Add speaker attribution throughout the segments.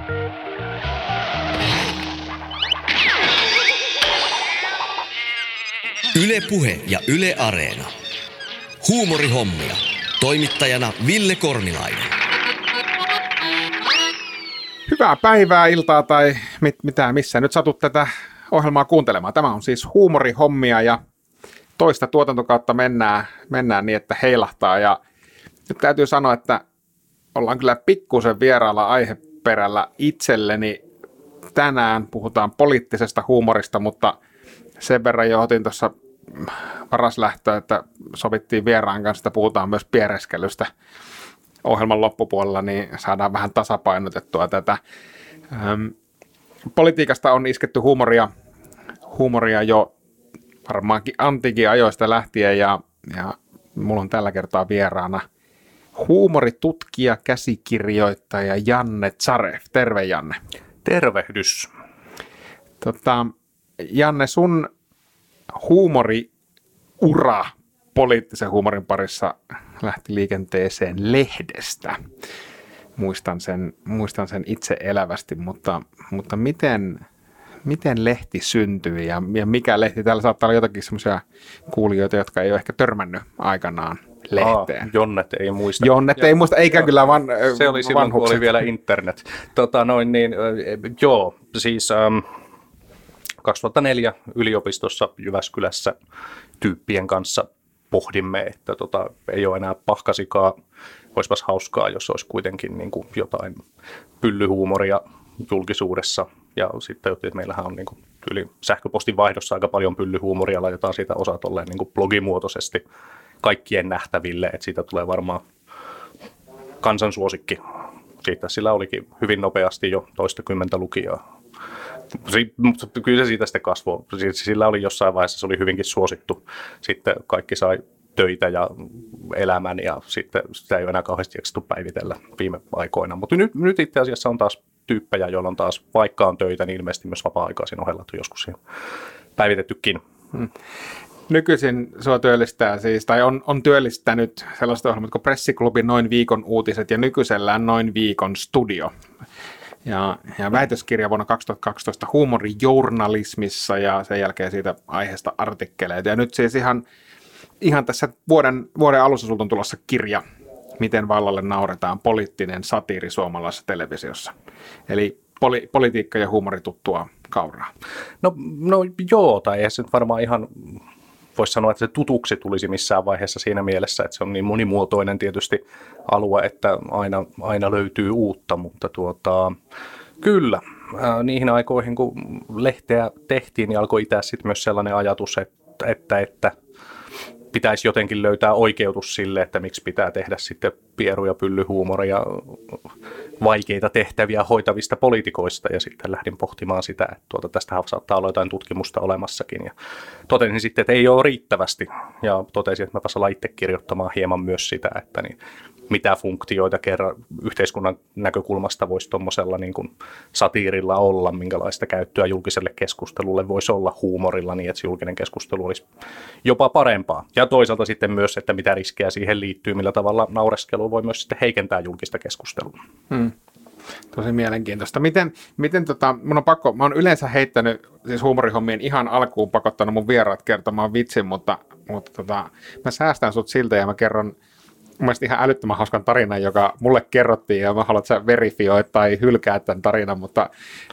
Speaker 1: Yle Puhe ja Yle Areena. Huumorihommia. Toimittajana Ville Kornilainen.
Speaker 2: Hyvää päivää, iltaa tai missä nyt satut tätä ohjelmaa kuuntelemaan. Tämä on siis huumorihommia ja toista tuotantokautta mennään niin, että heilahtaa. Ja nyt täytyy sanoa, että ollaan kyllä pikkusen vieraalla aiheperällä itselleni. Tänään puhutaan poliittisesta huumorista, mutta sen verran jo otin tuossa paras lähtö, että sovittiin vieraan kanssa, että puhutaan myös piereskelystä ohjelman loppupuolella, niin saadaan vähän tasapainotettua tätä. Politiikasta on isketty huumoria jo varmaankin antiikin ajoista lähtien, ja mulla on tällä kertaa vieraana huumoritutkija, käsikirjoittaja Janne Zarev. Terve, Janne.
Speaker 3: Tervehdys.
Speaker 2: Janne, sun huumoriura poliittisen huumorin parissa lähti liikenteeseen lehdestä. Muistan sen itse elävästi, mutta miten lehti syntyi ja mikä lehti? Täällä saattaa olla jotakin semmoisia kuulijoita, jotka ei ole ehkä törmännyt aikanaan lehteen.
Speaker 3: Jonnet ei muista.
Speaker 2: Jonnet ei muista, eikä kyllä vaan
Speaker 3: se oli silloin, vanhukset. Kun oli vielä internet. Siis 2004 yliopistossa Jyväskylässä tyyppien kanssa pohdimme, että ei ole enää pahkasikaa, olisipas hauskaa, jos olisi kuitenkin niin kuin jotain pyllyhuumoria julkisuudessa. Ja sitten että meillähän on niin kuin yli sähköpostin vaihdossa aika paljon pyllyhuumoria, laitetaan siitä osa tolleen niin kuin blogimuotoisesti kaikkien nähtäville, että siitä tulee varmaan kansansuosikki. Siitä sillä olikin hyvin nopeasti jo toistakymmentä lukijaa. Mutta kyllä se siitä sitten kasvoi. Sillä oli jossain vaiheessa, se oli hyvinkin suosittu. Sitten kaikki sai töitä ja elämän ja sitten sitä ei ole enää kauheasti jaksettu päivitellä viime aikoina. Mutta nyt itse asiassa on taas tyyppejä, joilla on taas, vaikka on töitä, niin ilmeisesti myös vapaa-aikaa siinä ohella joskus siinä päivitettykin.
Speaker 2: Nykyisin sua työllistää siis, tai on työllistänyt sellaiset ohjelmat kuin Pressiklubi, Noin viikon uutiset ja nykyisellään Noin viikon studio. Ja väitöskirja vuonna 2012 huumorijournalismissa ja sen jälkeen siitä aiheesta artikkeleita. Ja nyt siis ihan tässä vuoden alussa sulta on tulossa kirja, Miten vallalle nauretaan, poliittinen satiiri suomalaisessa televisiossa. Eli politiikka ja huumori tuttua kauraa.
Speaker 3: No joo, tai ei se nyt varmaan ihan voisi sanoa, että se tutuksi tulisi missään vaiheessa siinä mielessä, että se on niin monimuotoinen tietysti alue, että aina löytyy uutta, mutta kyllä, niihin aikoihin kun lehteä tehtiin, niin alkoi itää sitten myös sellainen ajatus, että pitäisi jotenkin löytää oikeutus sille, että miksi pitää tehdä sitten pieru- ja pyllyhuumoria vaikeita tehtäviä hoitavista poliitikoista, ja sitten lähdin pohtimaan sitä, että tästähän saattaa olla jotain tutkimusta olemassakin, ja totesin sitten, että ei ole riittävästi, ja totesin, että mä alan itse kirjoittamaan hieman myös sitä, että niin, mitä funktioita kerran yhteiskunnan näkökulmasta voisi tuommoisella niin kuin satiirilla olla, minkälaista käyttöä julkiselle keskustelulle voisi olla huumorilla niin, että se julkinen keskustelu olisi jopa parempaa. Ja toisaalta sitten myös, että mitä riskejä siihen liittyy, millä tavalla naureskelu voi myös sitten heikentää julkista keskustelua.
Speaker 2: Tosi mielenkiintoista. Miten mun on pakko, mä oon yleensä heittänyt siis huumorihommien ihan alkuun pakottanut mun vieraat kertomaan vitsin, mutta mä säästän sut siltä ja mä kerron mielestäni ihan älyttömän hauskan tarinan, joka mulle kerrottiin, ja mä haluan, että sä verifioit tai hylkää tämän tarinan, mutta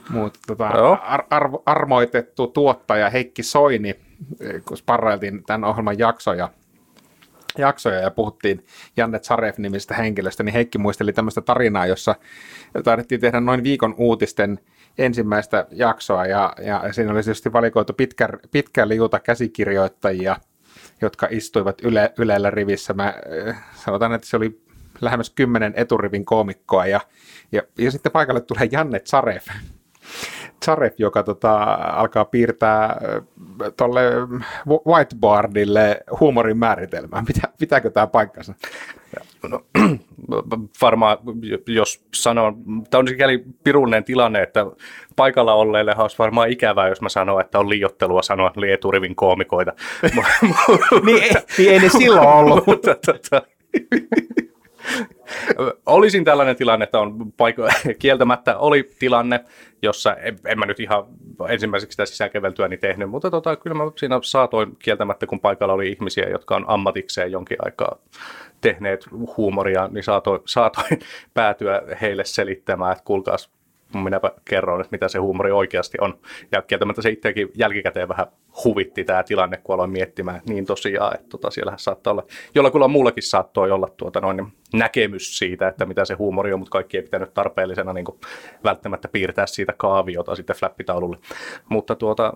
Speaker 2: armoitettu tuottaja Heikki Soini, kun sparrailtiin tämän ohjelman jaksoja ja puhuttiin Janne Zarev-nimisestä henkilöstä, niin Heikki muisteli tämmöistä tarinaa, jossa taidettiin tehdä Noin viikon uutisten ensimmäistä jaksoa, ja siinä oli tietysti valikoitu pitkä liuta käsikirjoittajia, jotka istuivat Ylellä rivissä. Mä sanotaan, että se oli lähemmäs 10 eturivin koomikkoa, ja sitten paikalle tulee Janne Zarev, joka alkaa piirtää tuolle whiteboardille huumorin määritelmää. Pitääkö tämä paikkansa?
Speaker 3: No, varmaan, jos sanon, tämä on sikäli pirullinen tilanne, että paikalla olleille olisi varmaan ikävää, jos mä sanon, että on liioittelua sanoa eturivin koomikoita.
Speaker 2: niin ei ne silloin ollut.
Speaker 3: Olisin tällainen tilanne, että kieltämättä oli tilanne, jossa en mä nyt ihan ensimmäiseksi sitä sisäänkäveltyäni tehnyt, mutta kyllä mä siinä saatoin kieltämättä, kun paikalla oli ihmisiä, jotka on ammatikseen jonkin aikaa tehneet huumoria, niin saatoin päätyä heille selittämään, että kuulkaas, minäpä kerron, että mitä se huumori oikeasti on. Ja kieltämättä se itseäkin jälkikäteen vähän huvitti tämä tilanne, kun aloin miettimään, että niin tosiaan, että siellähän saattaa olla, jollakulla muullakin saattoi olla näkemys siitä, että mitä se huumori on, mutta kaikki ei pitänyt tarpeellisena niin kuin välttämättä piirtää siitä kaaviota sitten flappitaululle. Mutta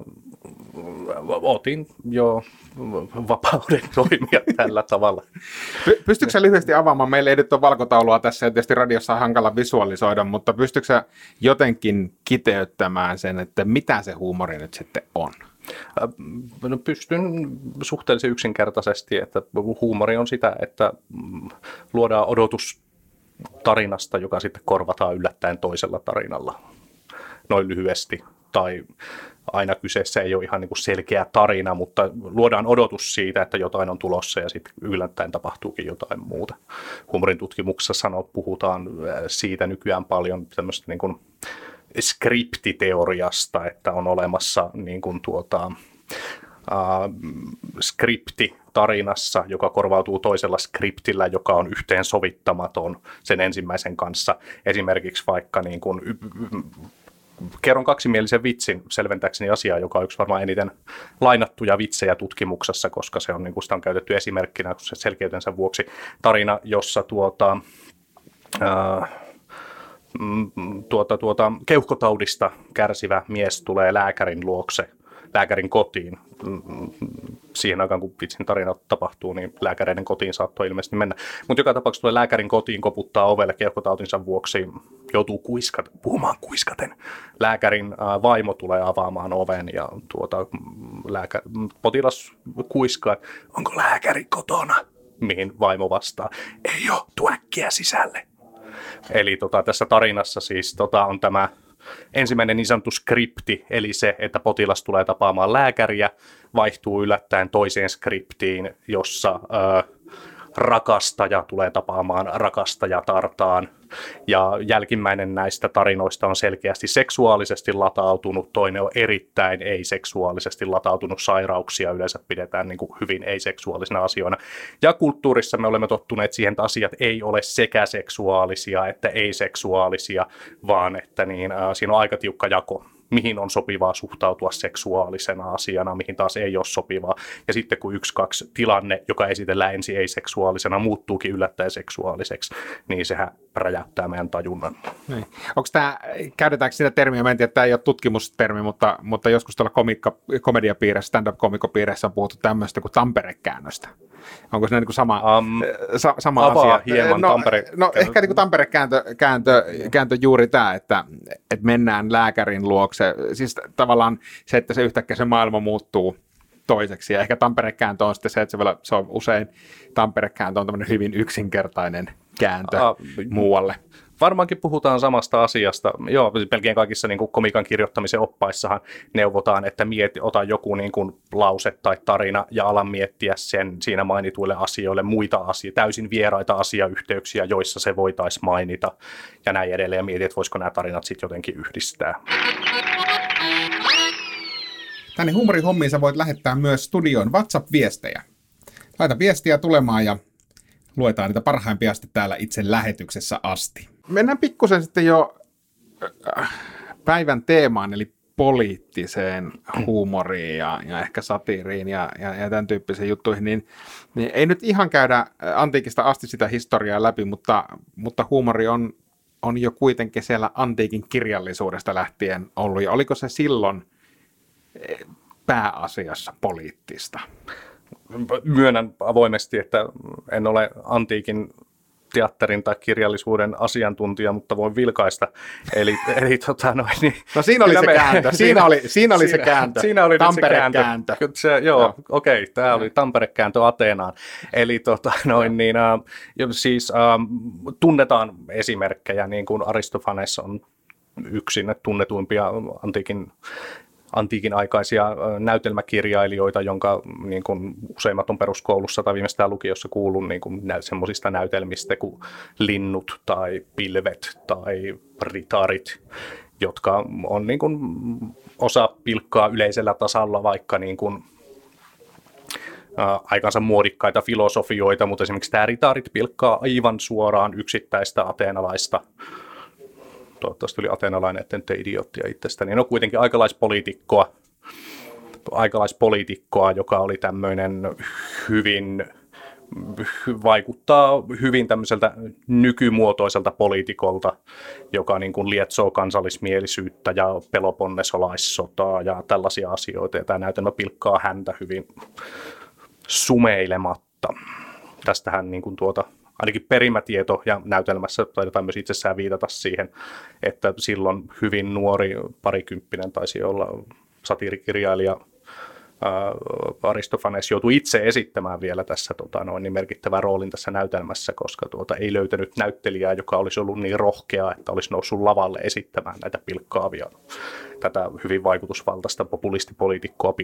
Speaker 3: otin jo vapauden toimia tällä tavalla.
Speaker 2: Pystytkö sä lyhyesti avaamaan? Meillä ei nyt ole valkotaulua tässä, ja tietysti radiossa on hankala visualisoida, mutta pystytkö sä jotenkin kiteyttämään sen, että mitä se huumori nyt sitten on?
Speaker 3: No, pystyn suhteellisen yksinkertaisesti, että huumori on sitä, että luodaan odotus tarinasta, joka sitten korvataan yllättäen toisella tarinalla, noin lyhyesti. Tai aina kyseessä ei ole ihan niin kuin selkeä tarina, mutta luodaan odotus siitä, että jotain on tulossa ja sitten yllättäen tapahtuukin jotain muuta. Huumorin tutkimuksessa puhutaan siitä nykyään paljon tämmöistä niin kuin skriptiteoriasta, että on olemassa niin kuin skripti tarinassa, joka korvautuu toisella skriptillä, joka on yhteensovittamaton sen ensimmäisen kanssa. Esimerkiksi vaikka niin kuin, kerron kaksimielisen vitsin selventääkseni asiaa, joka on yksi varmaan eniten lainattuja vitsejä tutkimuksessa, koska se on, niin kuin sitä on käytetty esimerkkinä selkeytensä vuoksi tarina, jossa keuhkotaudista kärsivä mies tulee lääkärin luokse, lääkärin kotiin. Siihen aikaan, kun vitsin tarina tapahtuu, niin lääkäreiden kotiin saattoi ilmeisesti mennä. Mutta joka tapauksessa tulee lääkärin kotiin, koputtaa ovelle keuhkotautinsa vuoksi, joutuu puhumaan kuiskaten. Lääkärin vaimo tulee avaamaan oven ja potilas kuiskaa, onko lääkäri kotona? Mihin vaimo vastaa, ei ole, tuo äkkiä sisälle. Eli tässä tarinassa siis on tämä ensimmäinen niin sanottu skripti, eli se, että potilas tulee tapaamaan lääkäriä, vaihtuu yllättäen toiseen skriptiin, jossa rakastaja tulee tapaamaan rakastajatartaan. Ja jälkimmäinen näistä tarinoista on selkeästi seksuaalisesti latautunut, toinen on erittäin ei-seksuaalisesti latautunut. Sairauksia yleensä pidetään niin kuin hyvin ei-seksuaalisina asioina. Ja kulttuurissa me olemme tottuneet siihen, että asiat ei ole sekä seksuaalisia että ei-seksuaalisia, vaan että siinä on aika tiukka jako, mihin on sopivaa suhtautua seksuaalisena asiana, mihin taas ei ole sopivaa. Ja sitten kun 1-2 tilanne, joka esitellään ensin ei-seksuaalisena, muuttuukin yllättäen seksuaaliseksi, niin sehän räjäyttää meidän tajunnan.
Speaker 2: Niin. Onko käytetäänkö sitä termiä, mä en tiedä, että tämä ei ole tutkimustermi, mutta joskus tuolla komediapiirissä, stand-up-komikopiirissä on puhuttu tämmöistä kuin Tampere-käännöstä. Onko se niin kuin sama asia?
Speaker 3: Hieman
Speaker 2: ehkä niin kuin Tampere-kääntö juuri tämä, että mennään lääkärin luokse. Siis tavallaan se, että se yhtäkkiä se maailma muuttuu toiseksi. Ja ehkä Tampere-kääntö on sitten se, että se on usein Tampere-kääntö on tämmöinen hyvin yksinkertainen kääntö muualle.
Speaker 3: Varmaankin puhutaan samasta asiasta. Joo, pelkien kaikissa niin kuin komikan kirjoittamisen oppaissahan neuvotaan, että ota joku niin kuin lause tai tarina ja ala miettiä sen siinä mainituille asioille muita täysin vieraita asiayhteyksiä, joissa se voitaisiin mainita ja näin edelleen. Ja mietit, että voisiko nämä tarinat sitten jotenkin yhdistää.
Speaker 2: Tänne huumorihommiin sä voit lähettää myös studioon WhatsApp-viestejä. Laita viestiä tulemaan ja luetaan niitä parhaimpia sitten täällä itse lähetyksessä asti. Mennään pikkusen sitten jo päivän teemaan, eli poliittiseen huumoriin ja ehkä satiiriin ja tämän tyyppisiin juttuihin, niin ei nyt ihan käydä antiikista asti sitä historiaa läpi, mutta huumori on jo kuitenkin siellä antiikin kirjallisuudesta lähtien ollut, ja oliko se silloin pääasiassa poliittista?
Speaker 3: Myönnän avoimesti, että en ole antiikin teatterin tai kirjallisuuden asiantuntija, mutta voin vilkaista. Eli niin.
Speaker 2: No siinä oli se kääntö. Siinä oli se kääntö.
Speaker 3: Siinä oli
Speaker 2: Tampere-kääntö.
Speaker 3: Joo, okei. Tämä oli Tampere-kääntö Ateenaan. Eli tunnetaan esimerkkejä, niin kuin Aristofanes on yksi tunnetuimpia antiikin antiikin aikaisia näytelmäkirjailijoita, jonka niin kuin useimmat on peruskoulussa tai viimeistään lukiossa kuullut niin kuin semmoisista näytelmistä kuin Linnut tai Pilvet tai Ritarit, jotka on niin kuin osa pilkkaa yleisellä tasolla vaikka niin kuin aikansa muodikkaita filosofioita, mutta esimerkiksi tämä Ritarit pilkkaa aivan suoraan yksittäistä ateenalaista. Toivottavasti oli ateenalainen, etten tee idioottia itsestäni. No kuitenkin aikalaispoliitikkoa, joka oli tämmöinen vaikuttaa hyvin tämmöiseltä nykymuotoiselta poliitikolta, joka niin kuin lietsoo kansallismielisyyttä ja peloponnesolaissotaa ja tällaisia asioita. Ja tämä näytelmä pilkkaa häntä hyvin sumeilematta. Tästähän niin kuin ainakin perimätieto ja näytelmässä taidetaan myös itsessään viitata siihen, että silloin hyvin nuori parikymppinen taisi olla satiirikirjailija Aristofanes joutui itse esittämään vielä tässä niin merkittävän roolin tässä näytelmässä, koska ei löytänyt näyttelijää, joka olisi ollut niin rohkea, että olisi noussut lavalle esittämään näitä tätä hyvin vaikutusvaltaista populistipoliitikkoa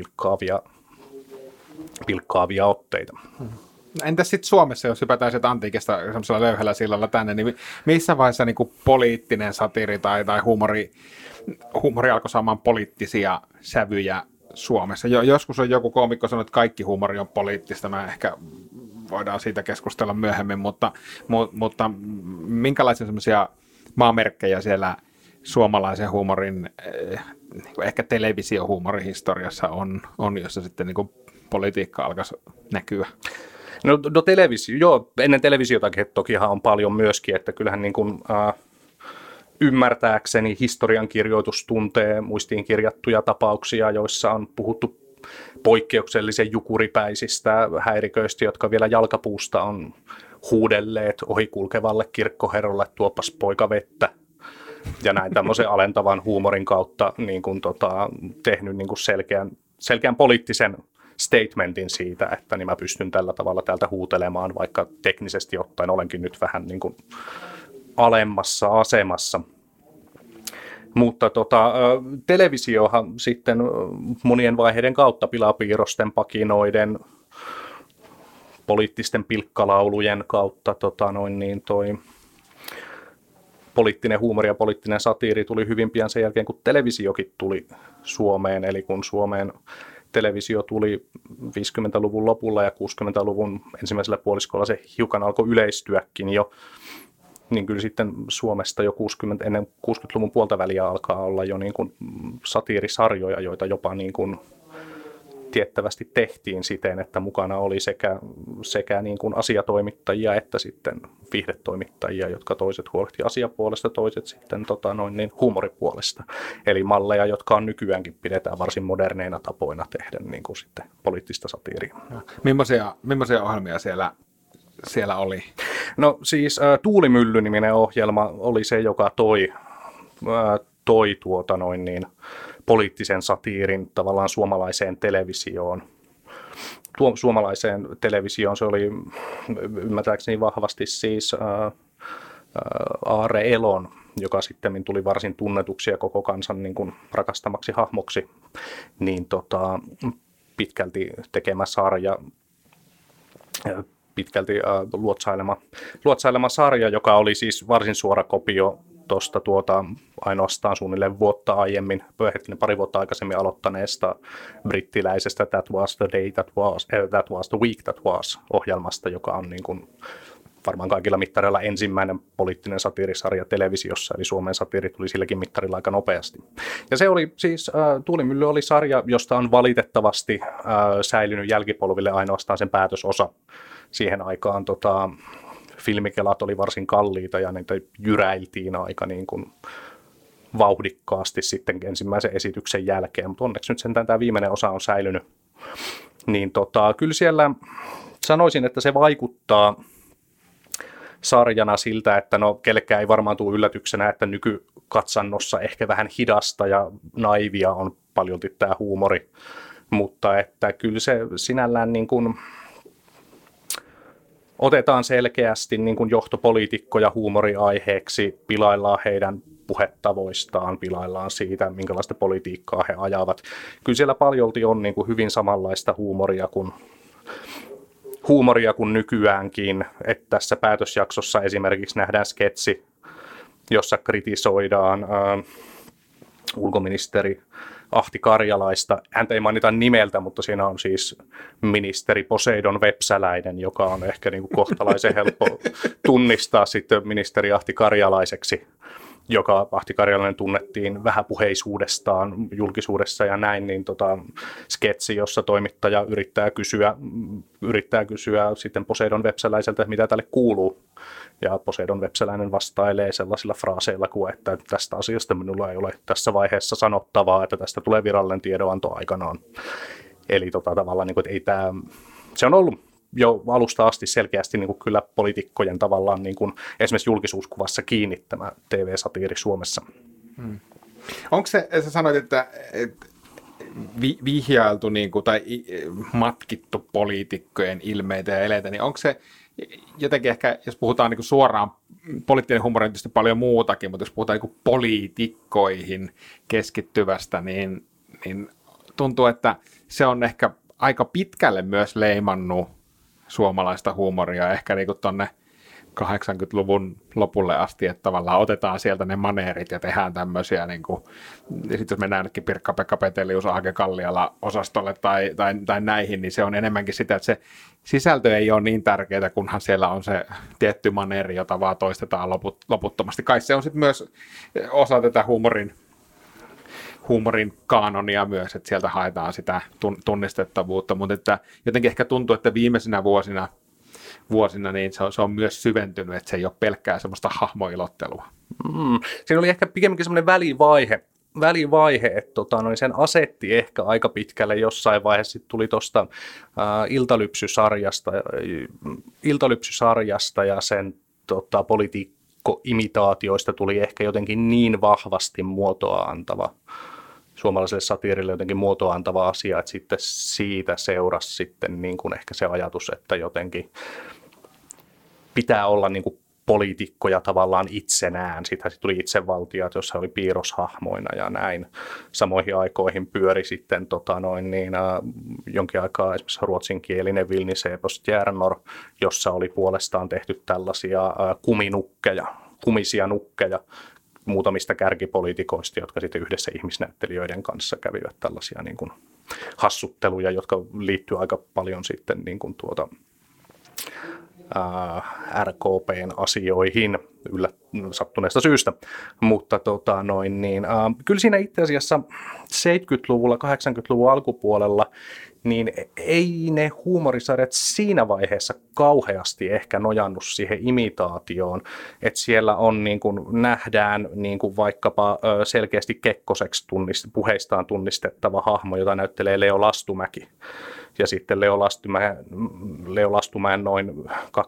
Speaker 3: pilkkaavia otteita.
Speaker 2: Entäs sitten Suomessa, jos hypätään sieltä antiikista semmoisella löyhällä sillalla tänne, niin missä vaiheessa niin kuin poliittinen satiiri tai huumori alkoi saamaan poliittisia sävyjä Suomessa? Joskus on joku koomikko sanonut, että kaikki huumori on poliittista. Mä ehkä voidaan siitä keskustella myöhemmin, mutta minkälaisia semmoisia maamerkkejä siellä suomalaisen huumorin, ehkä televisiohuumorin historiassa on jossa sitten niin kuin politiikka alkaisi näkyä?
Speaker 3: No televisio, joo, ennen televisiotakin tokihan on paljon myöskin, että kyllähän niin kuin, ymmärtääkseni historiankirjoitus tuntee muistiin kirjattuja tapauksia, joissa on puhuttu poikkeuksellisen jukuripäisistä häiriköistä, jotka vielä jalkapuusta on huudelleet ohikulkevalle kirkkoherrolle, tuopas poika vettä. Ja näin tämmöisen alentavan huumorin kautta niin kuin, tehnyt niin kuin selkeän poliittisen statementin siitä, että niin mä pystyn tällä tavalla täältä huutelemaan, vaikka teknisesti ottaen olenkin nyt vähän niin kuin alemmassa asemassa. Mutta televisiohan sitten monien vaiheiden kautta pilapiirrosten, pakinoiden, poliittisten pilkkalaulujen kautta poliittinen huumori ja poliittinen satiiri tuli hyvin pian sen jälkeen, kun televisiokin tuli Suomeen, eli kun Suomeen televisio tuli 50-luvun lopulla ja 60-luvun ensimmäisellä puoliskolla se hiukan alkoi yleistyäkin jo, niin kyllä sitten Suomesta jo ennen 60-luvun puolta väliä alkaa olla jo niin kuin satiirisarjoja, joita jopa niin kuin tiettävästi tehtiin siten, että mukana oli sekä niin kuin asiatoimittajia että sitten viihdetoimittajia, jotka toiset huolehti asiapuolesta, toiset sitten huumoripuolesta. Eli malleja, jotka on nykyäänkin pidetään varsin moderneina tapoina tehdä niin kuin sitten poliittista satiiria.
Speaker 2: Millaisia ohjelmia siellä oli?
Speaker 3: No siis Tuulimylly-niminen ohjelma oli se, joka toi poliittisen satiirin tavallaan suomalaiseen televisioon. Suomalaiseen televisioon se oli ymmärtääkseni vahvasti siis Aare Elon, joka sitten tuli varsin tunnetuksi ja koko kansan niin kuin rakastamaksi hahmoksi, niin pitkälti tekemä sarja, pitkälti luotsailema sarja, joka oli siis varsin suora kopio tuosta ainoastaan suunnilleen vuotta aiemmin, pari vuotta aikaisemmin aloittaneesta brittiläisestä That Was the Day That Was, That Was the Week That Was -ohjelmasta, joka on niin kuin varmaan kaikilla mittareilla ensimmäinen poliittinen satiirisarja televisiossa, eli Suomen satiiri tuli silläkin mittarilla aika nopeasti. Ja se oli siis, Tuulimylly oli sarja, josta on valitettavasti säilynyt jälkipolville ainoastaan sen päätösosa. Siihen aikaan filmikelat oli varsin kalliita ja niitä jyräiltiin aika niin kuin vauhdikkaasti sitten ensimmäisen esityksen jälkeen, mutta onneksi nyt sentään tämä viimeinen osa on säilynyt. Niin kyllä siellä sanoisin, että se vaikuttaa sarjana siltä, että no kellekään ei varmaan tule yllätyksenä, että nykykatsannossa ehkä vähän hidasta ja naivia on paljolti tämä huumori, mutta että kyllä se sinällään niin kuin otetaan selkeästi niin kuin johtopoliitikkoja huumoriaiheeksi, pilaillaan heidän puhetavoistaan, pilaillaan siitä, minkälaista politiikkaa he ajavat. Kyllä siellä paljolti on niin kuin hyvin samanlaista huumoria kuin nykyäänkin, että tässä päätösjaksossa esimerkiksi nähdään sketsi, jossa kritisoidaan ulkoministeri Ahti Karjalaista. Häntä ei mainita nimeltä, mutta siinä on siis ministeri Poseidon Vepsäläinen, joka on ehkä niin kuin kohtalaisen helppo tunnistaa sitten ministeri Ahti Karjalaiseksi, joka Ahti Karjalainen tunnettiin vähäpuheisuudestaan julkisuudessa ja näin, niin sketsi, jossa toimittaja yrittää kysyä sitten Poseidon Vepsäläiseltä, mitä tälle kuuluu. Ja Poseidon Vepsäläinen vastailee sellaisilla fraaseilla kuin, että tästä asiasta minulla ei ole tässä vaiheessa sanottavaa, että tästä tulee virallinen tiedonanto aikanaan. Eli tavallaan, niin kuin, että ei tämä, se on ollut jo alusta asti selkeästi niin kuin kyllä poliitikkojen tavallaan niin kuin esimerkiksi julkisuuskuvassa kiinni tämä TV-satiiri Suomessa.
Speaker 2: Onko se, sä sanoit, että vihjailtu niin kuin, tai matkittu poliitikkojen ilmeitä ja eleitä, niin onko se jotenkin ehkä, jos puhutaan niin kuin suoraan, poliittinen huumori on tietysti paljon muutakin, mutta jos puhutaan niin kuin poliitikkoihin keskittyvästä, niin tuntuu, että se on ehkä aika pitkälle myös leimannut suomalaista huumoria, ehkä niin kuin tuonne 80-luvun lopulle asti, että tavallaan otetaan sieltä ne maneerit ja tehdään tämmöisiä, niin kuin, ja sitten jos mennään ainakin Pirkka-Pekka Petelius, Aake Kalliala osastolle tai näihin, niin se on enemmänkin sitä, että se sisältö ei ole niin tärkeää, kunhan siellä on se tietty maneeri, jota vaan toistetaan loputtomasti. Kai se on sitten myös osa tätä huumorin kaanonia myös, että sieltä haetaan sitä tunnistettavuutta, mutta että jotenkin ehkä tuntuu, että viimeisinä vuosina niin se on myös syventynyt, että se ei ole pelkkää semmoista hahmoilottelua.
Speaker 3: Siinä oli ehkä pikemminkin semmoinen välivaihe, että sen asetti ehkä aika pitkälle jossain vaiheessa. Sitten tuli tuosta iltalypsysarjasta ja sen politiikkoimitaatioista tuli ehkä jotenkin niin vahvasti muotoa antava, suomalaiselle satiirille jotenkin muotoa antava asia, että sitten siitä seurasi sitten niin kuin ehkä se ajatus, että jotenkin pitää olla niin kuin poliitikkoja tavallaan itsenään. Sitten tuli itsevaltiot, jossa oli piirroshahmoina ja näin. Samoihin aikoihin pyöri sitten jonkin aikaa esimerkiksi ruotsinkielinen Vilni Seepos-Järnor, jossa oli puolestaan tehty tällaisia kumisia nukkeja muutamista kärkipoliitikoista, jotka sitten yhdessä ihmisnäyttelijöiden kanssa kävivät tällaisia niin kuin hassutteluja, jotka liittyy aika paljon sitten niin kuin RKPn asioihin sattuneesta syystä, mutta kyllä siinä itse asiassa 70-luvulla, 80-luvun alkupuolella, niin ei ne huumorisarjat siinä vaiheessa kauheasti ehkä nojannut siihen imitaatioon, että siellä on niin kuin nähdään niin kuin vaikkapa selkeästi Kekkoseksi puheistaan tunnistettava hahmo, jota näyttelee Leo Lastumäki. Ja sitten Leo Lastumäen noin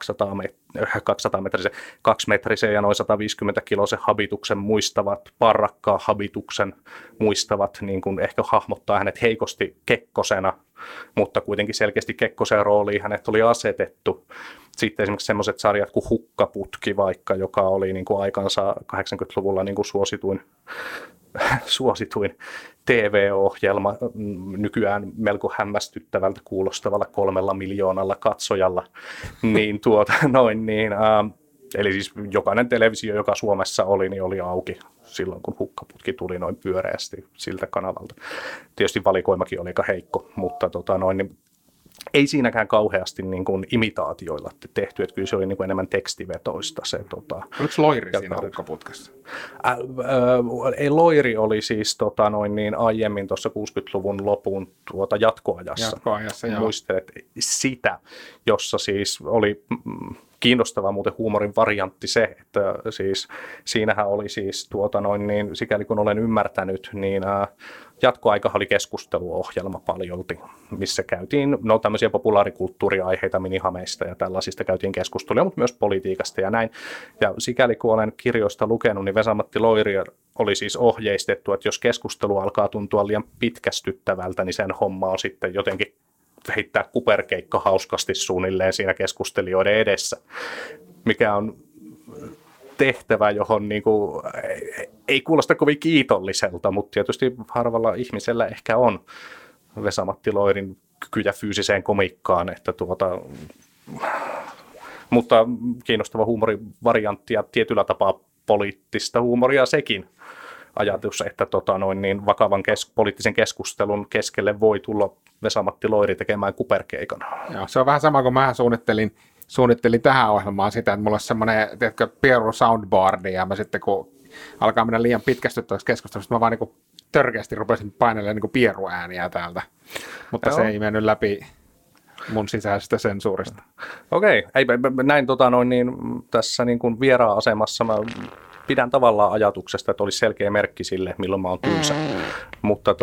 Speaker 3: 2-metrisen ja noin 150-kiloisen habituksen muistavat, parrakkaan habituksen muistavat, niin kuin ehkä hahmottaa hänet heikosti Kekkosena, mutta kuitenkin selkeästi Kekkosen rooliin hänet oli asetettu. Sitten esimerkiksi sellaiset sarjat kuin Hukkaputki vaikka, joka oli niin kuin aikansa 80-luvulla niin kuin suosituin TV-ohjelma, nykyään melko hämmästyttävältä kuulostavalla 3 miljoonalla katsojalla, eli siis jokainen televisio, joka Suomessa oli, niin oli auki silloin, kun Hukkaputki tuli noin pyöreästi siltä kanavalta. Tietysti valikoimakin oli aika heikko, mutta ei siinäkään kauheasti niin kuin imitaatioilla tehty, että kyllä se oli niin kuin enemmän tekstivetoista.
Speaker 2: Oliko Loiri siinä Hukkaputkessa?
Speaker 3: Ei, Loiri oli siis aiemmin tuossa 60-luvun lopun jatkoajassa. Muistelet sitä, jossa siis oli kiinnostava muuten huumorin variantti se, että siis siinähän oli siis sikäli kun olen ymmärtänyt, niin jatkoaika oli keskusteluohjelma paljolti, missä käytiin tämmöisiä populaarikulttuuriaiheita minihameista ja tällaisista käytiin keskustelua, mutta myös politiikasta ja näin. Ja sikäli kun olen kirjoista lukenut, niin Vesa-Matti Loiri oli siis ohjeistettu, että jos keskustelu alkaa tuntua liian pitkästyttävältä, niin sen homma on sitten jotenkin heittää kuperkeikka hauskasti suunnilleen siinä keskustelijoiden edessä, mikä on tehtävä, johon niin kuin, ei kuulosta kovin kiitolliselta, mutta tietysti harvalla ihmisellä ehkä on Vesa-Matti Loirin kykyjä fyysiseen komikkaan, että mutta kiinnostava huumorivariantti ja tietyllä tapaa poliittista huumoria sekin ajatus, että vakavan poliittisen keskustelun keskelle voi tulla Vesa-Matti Loiri tekemään kuperkeikan.
Speaker 2: Joo, se on vähän sama kuin mä suunnittelin tähän ohjelmaan sitä, että mulla olisi semmoinen, tiedätkö, Pieru soundboardi, ja mä sitten kun alkaa mennä liian pitkästyttäväksi keskustelusta, mä vaan niin törkeästi rupesin painelemaan niin pieruääniä täältä, mutta joo. Se ei mennyt läpi mun sisäisestä sensuurista.
Speaker 3: Okei, näin tässä niin kuin vieraan asemassa mä pidän tavallaan ajatuksesta, että olisi selkeä merkki sille, milloin mä oon tylsä, mutta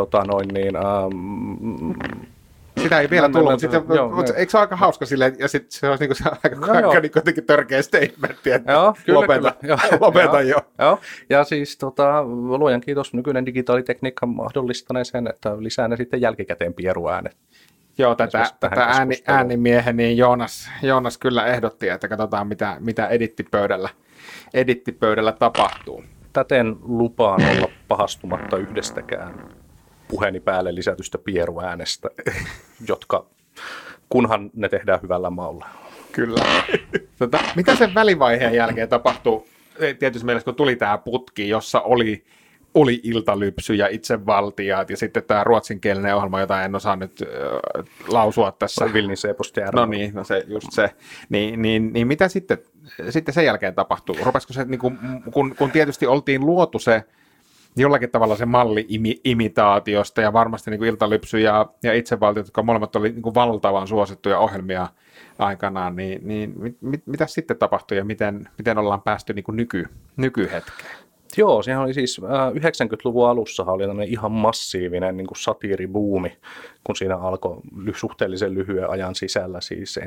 Speaker 2: sitä ei vielä tullut, mutta eikö se ole aika hauska silleen, ja sitten se olisi se aika niin jotenkin törkeä statementti, että joo, lopeta jo.
Speaker 3: Joo. Ja siis luojan kiitos, nykyinen digitaalitekniikka mahdollistanee sen, että lisää ne sitten jälkikäteen pieruäänet.
Speaker 2: Joo, tätä äänimiehen niin Joonas kyllä ehdotti, että katsotaan mitä edittipöydällä tapahtuu.
Speaker 3: Täten lupaan olla pahastumatta yhdestäkään puheeni päälle lisätystä pieruäänestä, jotka kunhan ne tehdään hyvällä maulla.
Speaker 2: Kyllä. Mitä sen välivaiheen jälkeen tapahtuu? Tietysti mielessä, kun tuli tämä putki, jossa oli Iltalypsy ja Itsevaltiaat ja sitten tämä ruotsinkielinen ohjelma, jota en osaa nyt lausua tässä.
Speaker 3: Vilnin C-posti.
Speaker 2: No niin, no se, just se. Niin mitä sitten sen jälkeen tapahtuu? Rupesiko se, niin kun tietysti oltiin luotu se jollakin tavalla se malli imitaatiosta ja varmasti niin kuin Iltalypsy ja Itsevaltiot, jotka molemmat oli niin kuin valtavan suosittuja ohjelmia aikanaan, niin mitä sitten tapahtui ja miten ollaan päästy niin kuin nykyhetkeen?
Speaker 3: Joo, sehän oli siis 90-luvun alussa oli tämmöinen ihan massiivinen niin kuin satiiribuumi, kun siinä alkoi suhteellisen lyhyen ajan sisällä siis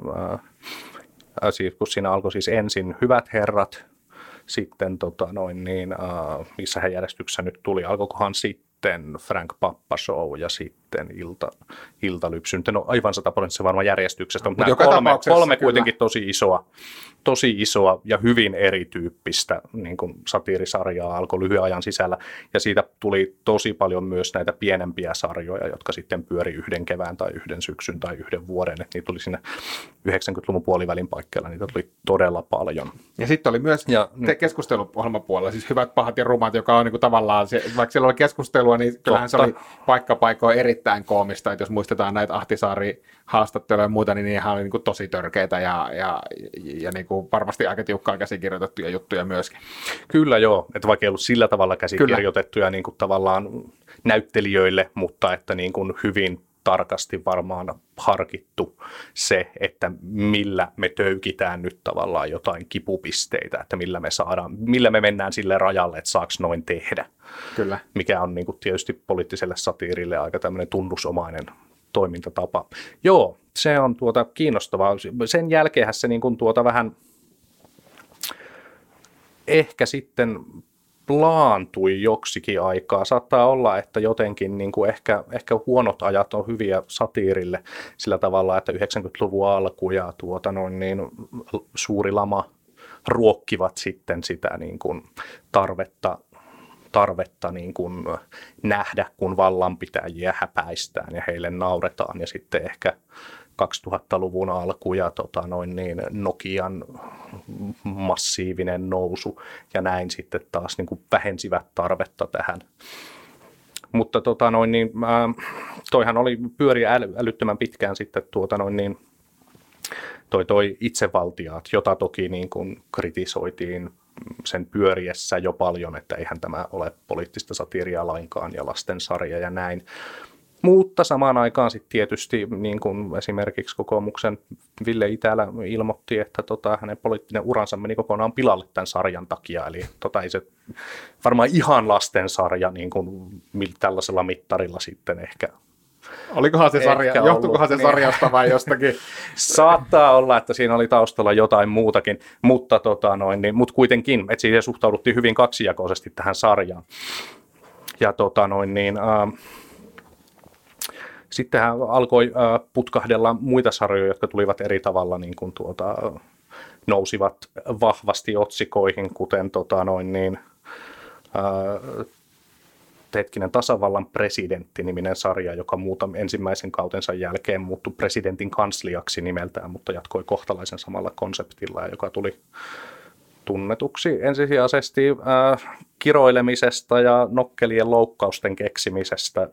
Speaker 3: kun siinä alkoi siis ensin Hyvät herrat, sitten missä hän järjestyksessä nyt tuli, alkoikohan sitten Frank Pappa Show ja sitten Iltalypsy. Nyt en ole aivan 100% varmaan järjestyksestä, mutta nämä kolme kuitenkin tosi isoa ja hyvin erityyppistä niin kuin satiirisarjaa alkoi lyhyen ajan sisällä. Ja siitä tuli tosi paljon myös näitä pienempiä sarjoja, jotka sitten pyöri yhden kevään tai yhden syksyn tai yhden vuoden. Että niitä tuli siinä 90-luvun puolivälin paikkeilla, niitä tuli todella paljon.
Speaker 2: Ja sitten oli myös keskusteluohjelmapuolella, siis Hyvät, pahat ja rumat, joka on niin kuin tavallaan, vaikka siellä oli keskustelua, niin kyllähän se oli paikkapaikoin erittäin koomista, että jos muistetaan näitä Ahtisaari-haastatteluja ja muuta, niin niinhän oli niin kuin tosi törkeitä ja niin kuin varmasti aika tiukkaan käsikirjoitettuja juttuja myöskin.
Speaker 3: Kyllä joo, että vaikka ei ollut sillä tavalla käsikirjoitettuja niin kuin tavallaan näyttelijöille, mutta että niin kuin hyvin tarkasti varmaan harkittu se, että millä me töykitään nyt tavallaan jotain kipupisteitä, että millä me mennään sille rajalle, että saaks noin tehdä.
Speaker 2: Kyllä. Mikä
Speaker 3: on niin kuin tietysti poliittiselle satiirille aika tämmöinen tunnusomainen toimintatapa. Joo, se on kiinnostavaa. Sen jälkeenhän se niin kuin vähän ehkä sitten plaantui joksikin aikaa. Saattaa olla, että jotenkin niin kuin ehkä huonot ajat on hyviä satiirille sillä tavalla, että 90-luvun alku ja suuri lama ruokkivat sitten sitä niin kuin tarvetta niin kuin nähdä, kun vallanpitäjiä häpäistään ja heille nauretaan. Ja sitten ehkä 2000-luvun alku ja Nokian massiivinen nousu ja näin sitten taas niin kuin vähensivät tarvetta tähän. Mutta toihan oli pyöriä älyttömän pitkään sitten toi Itsevaltiaat, jota toki niin kuin kritisoitiin sen pyöriessä jo paljon, että eihän tämä ole poliittista satiiria lainkaan ja lastensarja ja näin. Mutta samaan aikaan sitten tietysti niin kuin esimerkiksi kokoomuksen Ville Itälä ilmoitti, että hänen poliittinen uransa meni kokonaan pilalle tämän sarjan takia. Eli ei se varmaan ihan lastensarja niin kuin tällaisella mittarilla sitten ehkä.
Speaker 2: Olikohan se sarja, johtuikohan se sarjasta vai jostakin?
Speaker 3: Saattaa olla, että siinä oli taustalla jotain muutakin, mutta mutta kuitenkin, että siihen suhtauduttiin hyvin kaksijakoisesti tähän sarjaan. Ja sittenhän alkoi putkahdella muita sarjoja, jotka tulivat eri tavalla niin kuin nousivat vahvasti otsikoihin, kuten Tasavallan presidentti-niminen sarja, joka ensimmäisen kautensa jälkeen muuttui presidentin kansliaksi nimeltään, mutta jatkoi kohtalaisen samalla konseptilla, joka tuli tunnetuksi ensisijaisesti kiroilemisesta ja nokkelien loukkausten keksimisestä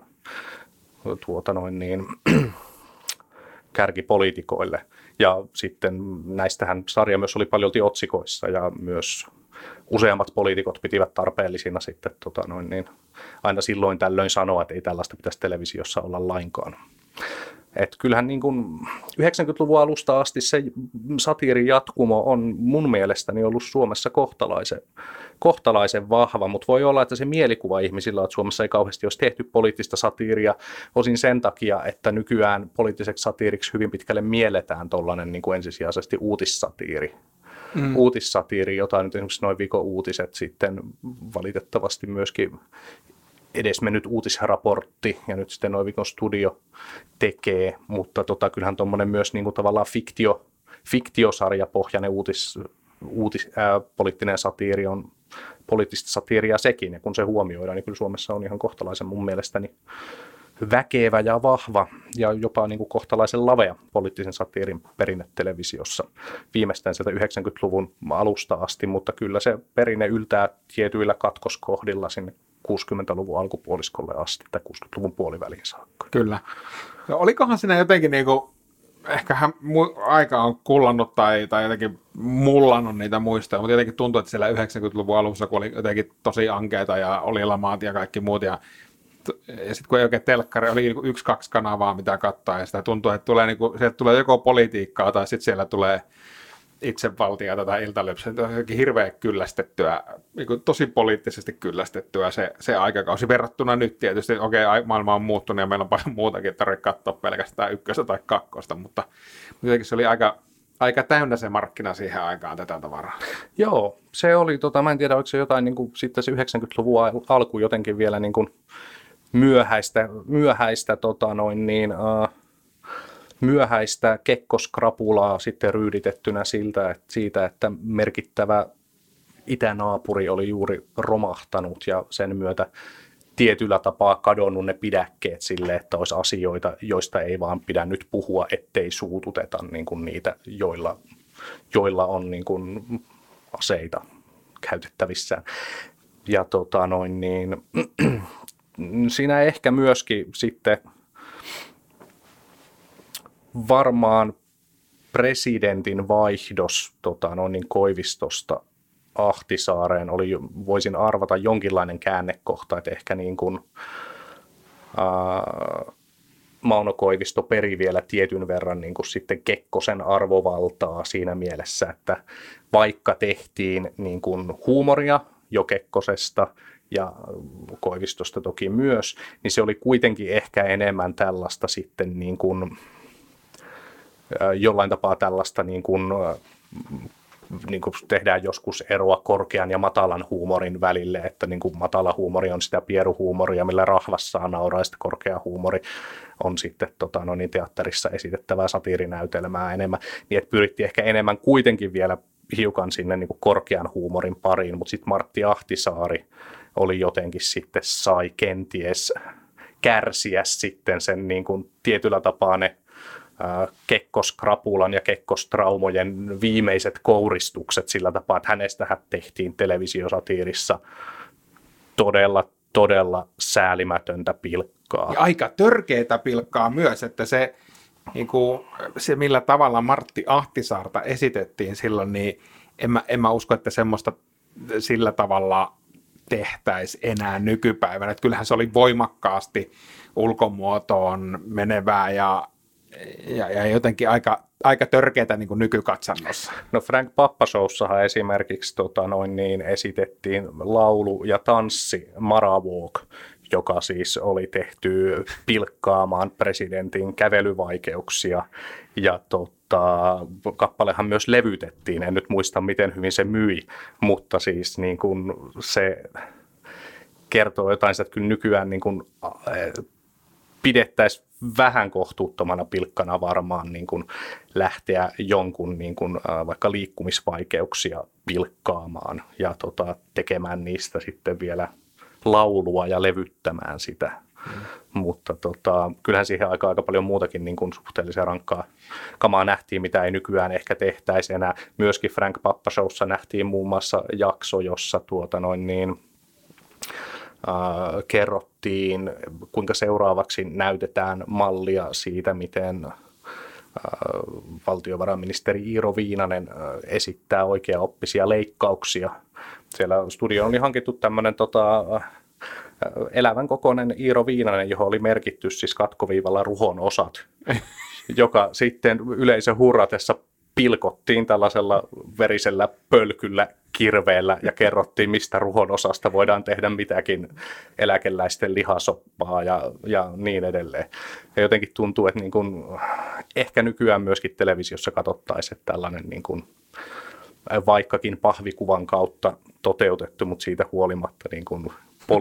Speaker 3: kärkipoliitikoille. Ja sitten näistähän sarja myös oli paljolti otsikoissa ja myös useammat poliitikot pitivät tarpeellisina sitten aina silloin tällöin sanoa, että ei tällaista pitäisi televisiossa olla lainkaan. Et kyllähän niin kuin 90-luvun alusta asti se satiirin jatkumo on mun mielestäni ollut Suomessa kohtalaisen vahva, mutta voi olla, että se mielikuva ihmisillä, että Suomessa ei kauheasti olisi tehty poliittista satiiria, osin sen takia, että nykyään poliittiseksi satiiriksi hyvin pitkälle mielletään tuollainen niin kuin ensisijaisesti uutissatiiri. Uutissatiiri, jota nyt esimerkiksi noin viikon uutiset sitten valitettavasti myöskin edesmennyt uutisraportti ja nyt sitten noin viikon studio tekee, mutta kyllähän tuommoinen myös niin kuin tavallaan fiktiosarjapohjainen poliittinen satiiri on poliittista satiiria sekin, ja kun se huomioidaan, niin kyllä Suomessa on ihan kohtalaisen mun mielestäni väkevä ja vahva ja jopa niin kuin kohtalaisen lavea poliittisen satiirin perinne televisiossa viimeistään sieltä 90-luvun alusta asti, mutta kyllä se perinne yltää tietyillä katkoskohdilla sinne 60-luvun alkupuoliskolle asti tai 60-luvun puoliväliin saakka.
Speaker 2: Kyllä. No, olikohan siinä jotenkin niinku, ehkä aika on kullannut tai jotenkin mullannut niitä muistoja, mutta jotenkin tuntuu, että siellä 90-luvun alussa, kun oli jotenkin tosi ankeita ja oli lamaat ja kaikki muut ja sitten kun ei oikein telkkari, oli niinku 1-2 kanavaa mitä katsoa ja sitä tuntuu, että sieltä tulee joko politiikkaa tai sitten siellä tulee itsevaltiota tai iltalypsyä, jotenkin hirveän kyllästettyä, tosi poliittisesti kyllästettyä se aikakausi verrattuna nyt tietysti. Okei, maailma on muuttunut ja meillä on paljon muutakin, että tarvitse katsoa pelkästään 1 tai 2, mutta jotenkin se oli aika täynnä se markkina siihen aikaan tätä tavaraa. Joo,
Speaker 3: se oli, mä en tiedä, oliko se jotain niin kuin, sitten se 90-luvun alku jotenkin vielä niin kuin myöhäistä kekkoskrapulaa sitten ryyditettynä siitä, että merkittävä itänaapuri oli juuri romahtanut ja sen myötä tietyllä tapaa kadonnut ne pidäkkeet sille, että olisi asioita, joista ei vaan pidä nyt puhua, ettei suututeta niin kuin niitä, joilla on niin kuin aseita käytettävissään. Ja siinä ehkä myöskin sitten varmaan presidentin vaihdos Koivistosta Ahtisaareen oli, voisin arvata, jonkinlainen käännekohta, että ehkä niin kuin Mauno Koivisto peri vielä tietyn verran niin kuin sitten Kekkosen arvovaltaa siinä mielessä, että vaikka tehtiin niin kuin huumoria jo Kekkosesta ja Koivistosta toki myös, niin se oli kuitenkin ehkä enemmän tällaista sitten niin kuin jollain tapaa tällaista niin kuin tehdään joskus eroa korkean ja matalan huumorin välille, että niin kuin matala huumori on sitä pieruhuumoria, millä rahvas saa nauraa, ja sitten korkea huumori on sitten teatterissa esitettävää satiirinäytelmää enemmän, niin että pyrittiin ehkä enemmän kuitenkin vielä hiukan sinne niin kuin korkean huumorin pariin, mutta sitten Martti Ahtisaari oli jotenkin sitten sai kenties kärsiä sitten sen niin kuin tietyllä tapaa ne Kekkoskrapulan ja Kekkostraumojen viimeiset kouristukset sillä tapaa, että hänestähän tehtiin televisiosatiirissa todella säälimätöntä pilkkaa.
Speaker 2: Ja aika törkeätä pilkkaa myös, että se millä tavalla Martti Ahtisaarta esitettiin silloin, niin en mä usko, että semmoista sillä tavalla tehtäisi enää nykypäivänä. Että kyllähän se oli voimakkaasti ulkomuotoon menevää ja jotenkin aika törkeätä niin kuin nykykatsannossa.
Speaker 3: No Frank Pappashowssahan esimerkiksi esitettiin laulu ja tanssi Marawalk, joka siis oli tehty pilkkaamaan presidentin kävelyvaikeuksia ja kappalehan myös levytettiin, en nyt muista miten hyvin se myi, mutta siis niin kuin se kertoo jotain, että kyllä nykyään niin kuin pidettäisiin vähän kohtuuttomana pilkkana varmaan niin kuin lähteä jonkun niin kuin, vaikka liikkumisvaikeuksia pilkkaamaan ja tekemään niistä sitten vielä laulua ja levyttämään sitä. Mutta kyllähän siihen aika paljon muutakin niin kuin suhteellisen rankkaa kamaa nähtiin, mitä ei nykyään ehkä tehtäisi enää. Myöskin Frank Zappa Showssa nähtiin muun muassa jakso, jossa kerrottiin, kuinka seuraavaksi näytetään mallia siitä, miten valtiovarainministeri Iiro Viinanen esittää oikeaoppisia leikkauksia. Siellä studioon oli hankittu tämmöinen elävän kokoinen Iiro Viinanen, johon oli merkitty siis katkoviivalla ruhon osat, joka sitten yleisön hurratessa pilkottiin tällaisella verisellä pölkyllä kirveellä ja kerrottiin, mistä ruhon osasta voidaan tehdä mitäkin eläkeläisten lihasoppaa ja niin edelleen. Ja jotenkin tuntuu, että niin kuin, ehkä nykyään myöskin televisiossa katsottaisiin, että tällainen niin kuin, vaikkakin pahvikuvan kautta toteutettu, mutta siitä huolimatta niin kuin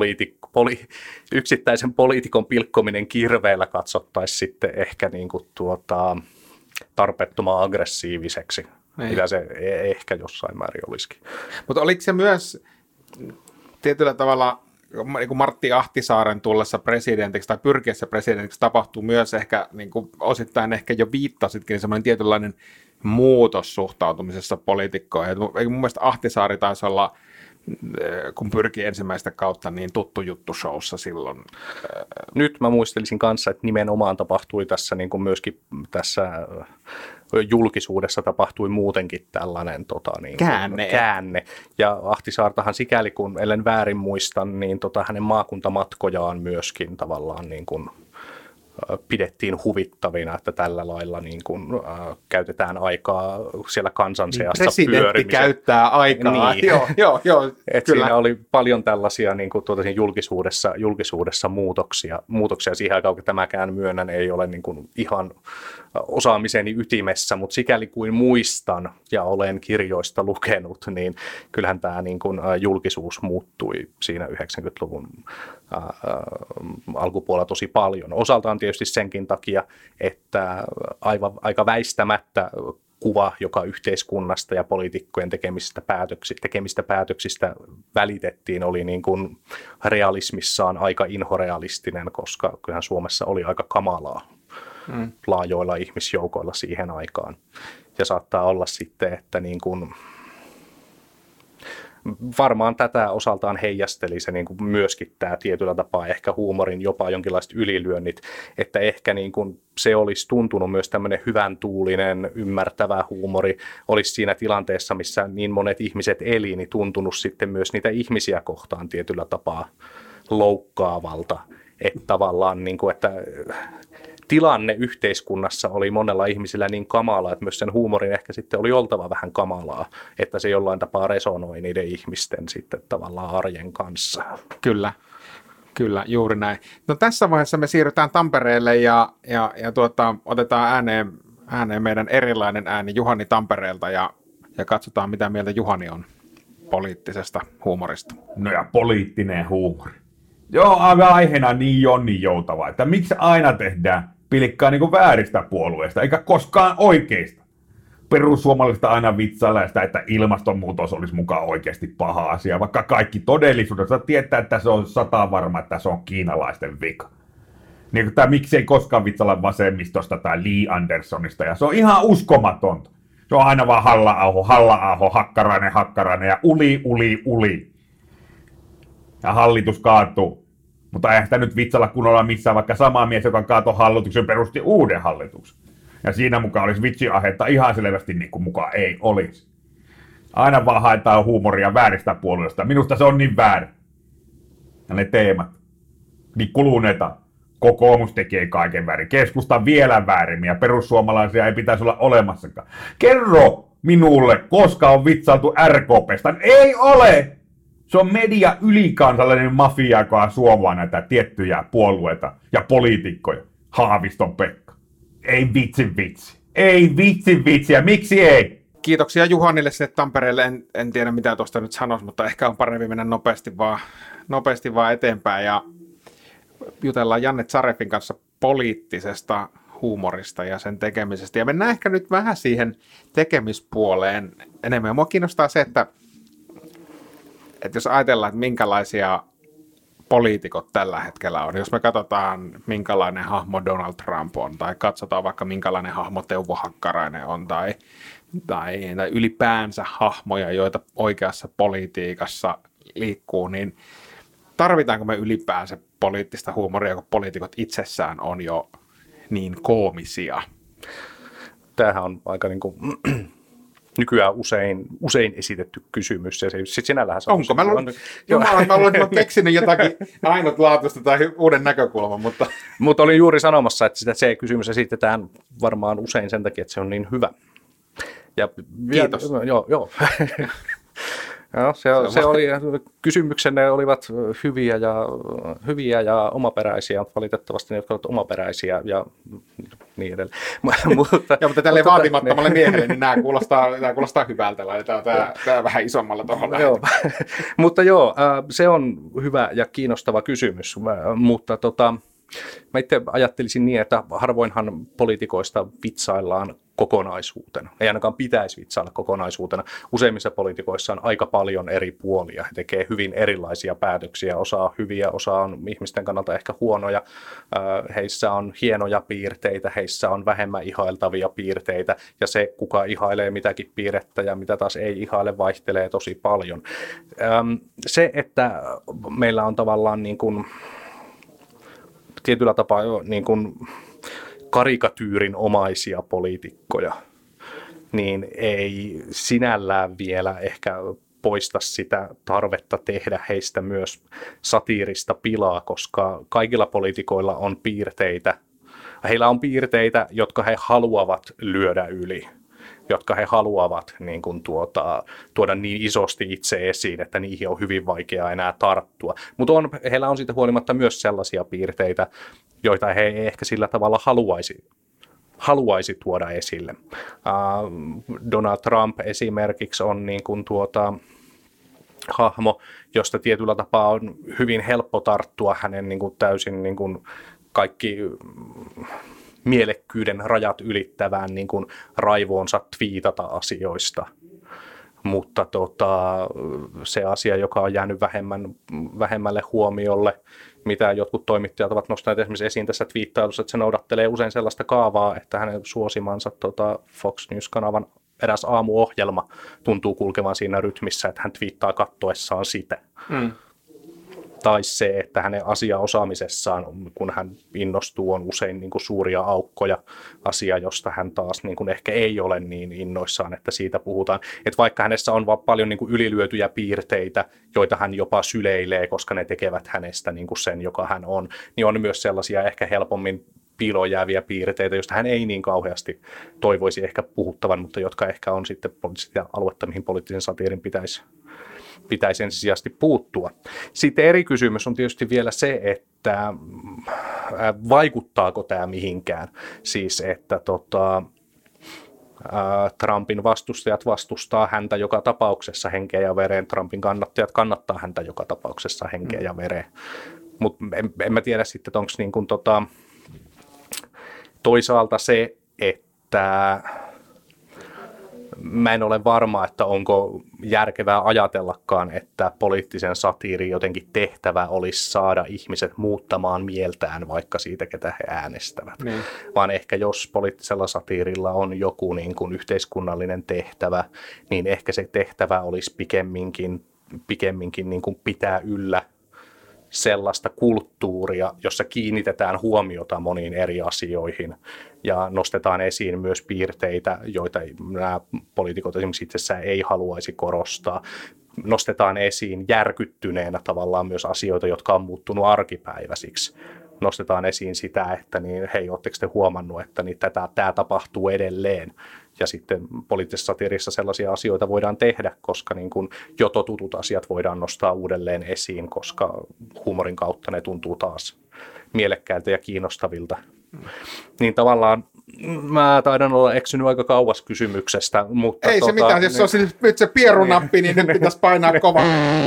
Speaker 3: yksittäisen poliitikon pilkkominen kirveellä katsottaisiin sitten ehkä niin kuin tarpeettoman aggressiiviseksi, mitä se ehkä jossain määrin olisikin.
Speaker 2: Mutta oliko se myös tietyllä tavalla, niin kuin Martti Ahtisaaren tullessa presidentiksi tai pyrkiessä presidentiksi tapahtuu myös ehkä, niin kuin osittain ehkä jo viittasitkin, niin semmoinen tietynlainen muutos suhtautumisessa poliitikkoihin. Mun mielestä Ahtisaari taisi olla, kun pyrkii ensimmäistä kautta, niin tuttu juttu showssa silloin.
Speaker 3: Nyt mä muistelisin kanssa, että nimenomaan tapahtui tässä niin kuin myöskin tässä julkisuudessa tapahtui muutenkin tällainen käänne. Ja Ahtisaartahan sikäli, kun ellen väärin muistan, niin hänen maakuntamatkojaan myöskin tavallaan niin kuin pidettiin huvittavina, että tällä lailla niin kuin, käytetään aikaa siellä kansan seassa
Speaker 2: presidentti
Speaker 3: pyörimiseen.
Speaker 2: Käyttää aikaa.
Speaker 3: Niin.
Speaker 2: Joo, kyllä.
Speaker 3: Siinä oli paljon tällaisia niin kuin julkisuudessa muutoksia. Siihen aikaan, kun tämäkään myönnän, ei ole niin kuin ihan osaamiseni ytimessä, mutta sikäli kuin muistan ja olen kirjoista lukenut, niin kyllähän tämä niin kuin julkisuus muuttui siinä 90-luvun alkupuolella tosi paljon. Osaltaan tietysti senkin takia, että aika väistämättä kuva, joka yhteiskunnasta ja poliitikkojen tekemistä päätöksistä välitettiin, oli niin kuin realismissaan aika inhorealistinen, koska kyllähän Suomessa oli aika kamalaa laajoilla ihmisjoukoilla siihen aikaan. Ja saattaa olla sitten, että niin kuin varmaan tätä osaltaan heijasteli se niin kuin myöskin tämä tietyllä tapaa ehkä huumorin jopa jonkinlaiset ylilyönnit, että ehkä niin kuin se olisi tuntunut myös tämmöinen hyvän tuulinen, ymmärtävä huumori olisi siinä tilanteessa, missä niin monet ihmiset eli, niin tuntunut sitten myös niitä ihmisiä kohtaan tietyllä tapaa loukkaavalta, että tavallaan niin kuin, että tilanne yhteiskunnassa oli monella ihmisellä niin kamala, että myös sen huumorin ehkä sitten oli oltava vähän kamalaa, että se jollain tapaa resonoi niiden ihmisten sitten tavallaan arjen kanssa.
Speaker 2: Kyllä, juuri näin. No tässä vaiheessa me siirrytään Tampereelle ja otetaan ääneen meidän erilainen ääni Juhani Tampereelta ja katsotaan, mitä mieltä Juhani on poliittisesta huumorista.
Speaker 4: No ja poliittinen huumori. Joo, aiheena niin Jonni joutava, että miksi aina tehdään pilkkaa niin kuin vääristä puolueista, eikä koskaan oikeista. Perussuomalaisista aina vitsailla sitä, että ilmastonmuutos olisi mukaan oikeasti paha asia, vaikka kaikki todellisuudessa tietää, että se on 100% varma, että se on kiinalaisten vika. Niin kuin miksi ei koskaan vitsailla vasemmistosta tai Li Anderssonista, ja se on ihan uskomatonta. Se on aina vaan Halla-aho, Hakkarainen ja uli. Ja hallitus kaatuu. Mutta eihän sitä nyt vitsalla kunnolla missään, vaikka sama mies, joka kaatoi hallituksen, perusti uuden hallituksen. Ja siinä mukaan olisi vitsiaihetta ihan selvästi niin kuin mukaan ei olisi. Aina vaan haetaan huumoria vääristä puolueista. Minusta se on niin väärin. Ja ne teemat, niin kuluneita. Kokoomus tekee kaiken väärin. Keskusta vielä väärimmin ja perussuomalaisia ei pitäisi olla olemassakaan. Kerro minulle, koska on vitsailtu RKP:stä. Ei ole! Se on media ylikansallinen mafia, joka suomaa näitä tiettyjä puolueita ja poliitikkoja. Haaviston Pekka. Ei vitsi. Ei vitsi. Ja miksi ei?
Speaker 2: Kiitoksia Juhanille sinne Tampereelle. En tiedä mitä tuosta nyt sanoisi, mutta ehkä on parempi mennä nopeasti vaan eteenpäin. Ja jutellaan Janne Zareffin kanssa poliittisesta huumorista ja sen tekemisestä. Ja mennään ehkä nyt vähän siihen tekemispuoleen enemmän. Mua kiinnostaa se, että jos ajatellaan, että minkälaisia poliitikot tällä hetkellä on. Jos me katsotaan, minkälainen hahmo Donald Trump on, tai katsotaan vaikka minkälainen hahmo Teuvo Hakkarainen on, tai ylipäänsä hahmoja, joita oikeassa politiikassa liikkuu, niin tarvitaanko me ylipäänsä poliittista huumoria, kun poliitikot itsessään on jo niin koomisia?
Speaker 3: Tämähän on aika niin kuin nykyään usein esitetty kysymys. Ja sitten sinällähän se
Speaker 2: onko? Mä luulen, että mä keksinyt jotakin ainutlaatuista tai uuden näkökulman, mutta...
Speaker 3: Mutta olin juuri sanomassa, että se kysymys esitetään varmaan usein sen takia, että se on niin hyvä. Ja,
Speaker 2: kiitos.
Speaker 3: Joo. Joo, se oli, kysymyksenne olivat hyviä ja omaperäisiä, valitettavasti ne, jotka ovat omaperäisiä ja niin edelleen.
Speaker 2: mutta tälleen vaatimattomalle miehelle, niin nämä kuulostaa hyvältä, laitetaan tämä vähän isommalla tuohon.
Speaker 3: Joo. Mutta joo, se on hyvä ja kiinnostava kysymys, mutta mä itse ajattelisin niin, että harvoinhan poliitikoista vitsaillaan kokonaisuutena. Ei ainakaan pitäisi vitsailla kokonaisuutena. Useimmissa poliitikoissa on aika paljon eri puolia. He tekee hyvin erilaisia päätöksiä. Osa on hyviä, osa on ihmisten kannalta ehkä huonoja. Heissä on hienoja piirteitä, heissä on vähemmän ihailtavia piirteitä. Ja se, kuka ihailee mitäkin piirrettä ja mitä taas ei ihaile, vaihtelee tosi paljon. Se, että meillä on tavallaan niin kuin tietyllä tapaa niin kuin karikatyyrin omaisia poliitikkoja, niin ei sinällään vielä ehkä poista sitä tarvetta tehdä heistä myös satiirista pilaa, koska kaikilla poliitikoilla on piirteitä. Heillä on piirteitä, jotka he haluavat lyödä yli, jotka he haluavat niin kuin tuoda niin isosti itse esiin, että niihin on hyvin vaikea enää tarttua. Mutta heillä on siitä huolimatta myös sellaisia piirteitä, joita he ei ehkä sillä tavalla haluaisi tuoda esille. Donald Trump esimerkiksi on niin kuin hahmo, josta tietyllä tapaa on hyvin helppo tarttua hänen niin kuin täysin niin kuin kaikki mielekkyyden rajat ylittävään niin kuin raivoonsa twiitata asioista. Mutta se asia, joka on jäänyt vähemmälle huomiolle, mitä jotkut toimittajat ovat nostaneet esimerkiksi esiin tässä twiittailussa, että se noudattelee usein sellaista kaavaa, että hänen suosimansa Fox News-kanavan eräs aamuohjelma tuntuu kulkevan siinä rytmissä, että hän twiittaa kattoessaan sitä. Tai se, että hänen asiaosaamisessaan, kun hän innostuu, on usein niin kuin suuria aukkoja, asia, josta hän taas niin kuin ehkä ei ole niin innoissaan, että siitä puhutaan. Että vaikka hänessä on vaan paljon niin kuin ylilyötyjä piirteitä, joita hän jopa syleilee, koska ne tekevät hänestä niin kuin sen, joka hän on, niin on myös sellaisia ehkä helpommin piiloon jääviä piirteitä, joista hän ei niin kauheasti toivoisi ehkä puhuttavan, mutta jotka ehkä on sitten poliittista aluetta, mihin poliittisen satiirin pitäisi ensisijaisesti puuttua. Sitten eri kysymys on tietysti vielä se, että vaikuttaako tämä mihinkään. Siis, että Trumpin vastustajat vastustaa häntä joka tapauksessa henkeä ja vereen, Trumpin kannattajat kannattaa häntä joka tapauksessa henkeä ja vereen. Mutta en mä tiedä sitten, että onko niin kuin toisaalta se, että mä en ole varma, että onko järkevää ajatellakaan, että poliittisen satiirin jotenkin tehtävä olisi saada ihmiset muuttamaan mieltään vaikka siitä, ketä he äänestävät. Vaan ehkä jos poliittisella satiirilla on joku niin kuin yhteiskunnallinen tehtävä, niin ehkä se tehtävä olisi pikemminkin niin kuin pitää yllä sellaista kulttuuria, jossa kiinnitetään huomiota moniin eri asioihin ja nostetaan esiin myös piirteitä, joita nämä poliitikot esimerkiksi itsessään ei haluaisi korostaa. Nostetaan esiin järkyttyneenä tavallaan myös asioita, jotka on muuttunut arkipäiväisiksi. Nostetaan esiin sitä, että niin, hei, ootteko te huomannut, että niin tämä tapahtuu edelleen. Ja sitten poliittisessa satiirissa sellaisia asioita voidaan tehdä, koska niin kuin jo totutut asiat voidaan nostaa uudelleen esiin, koska huumorin kautta ne tuntuu taas mielekkäiltä ja kiinnostavilta. Niin tavallaan mä taidan olla eksynyt aika kauas kysymyksestä, mutta...
Speaker 2: Ei se mitään, jos se on nyt se pierunappi, niin nyt pitäisi painaa kovaa.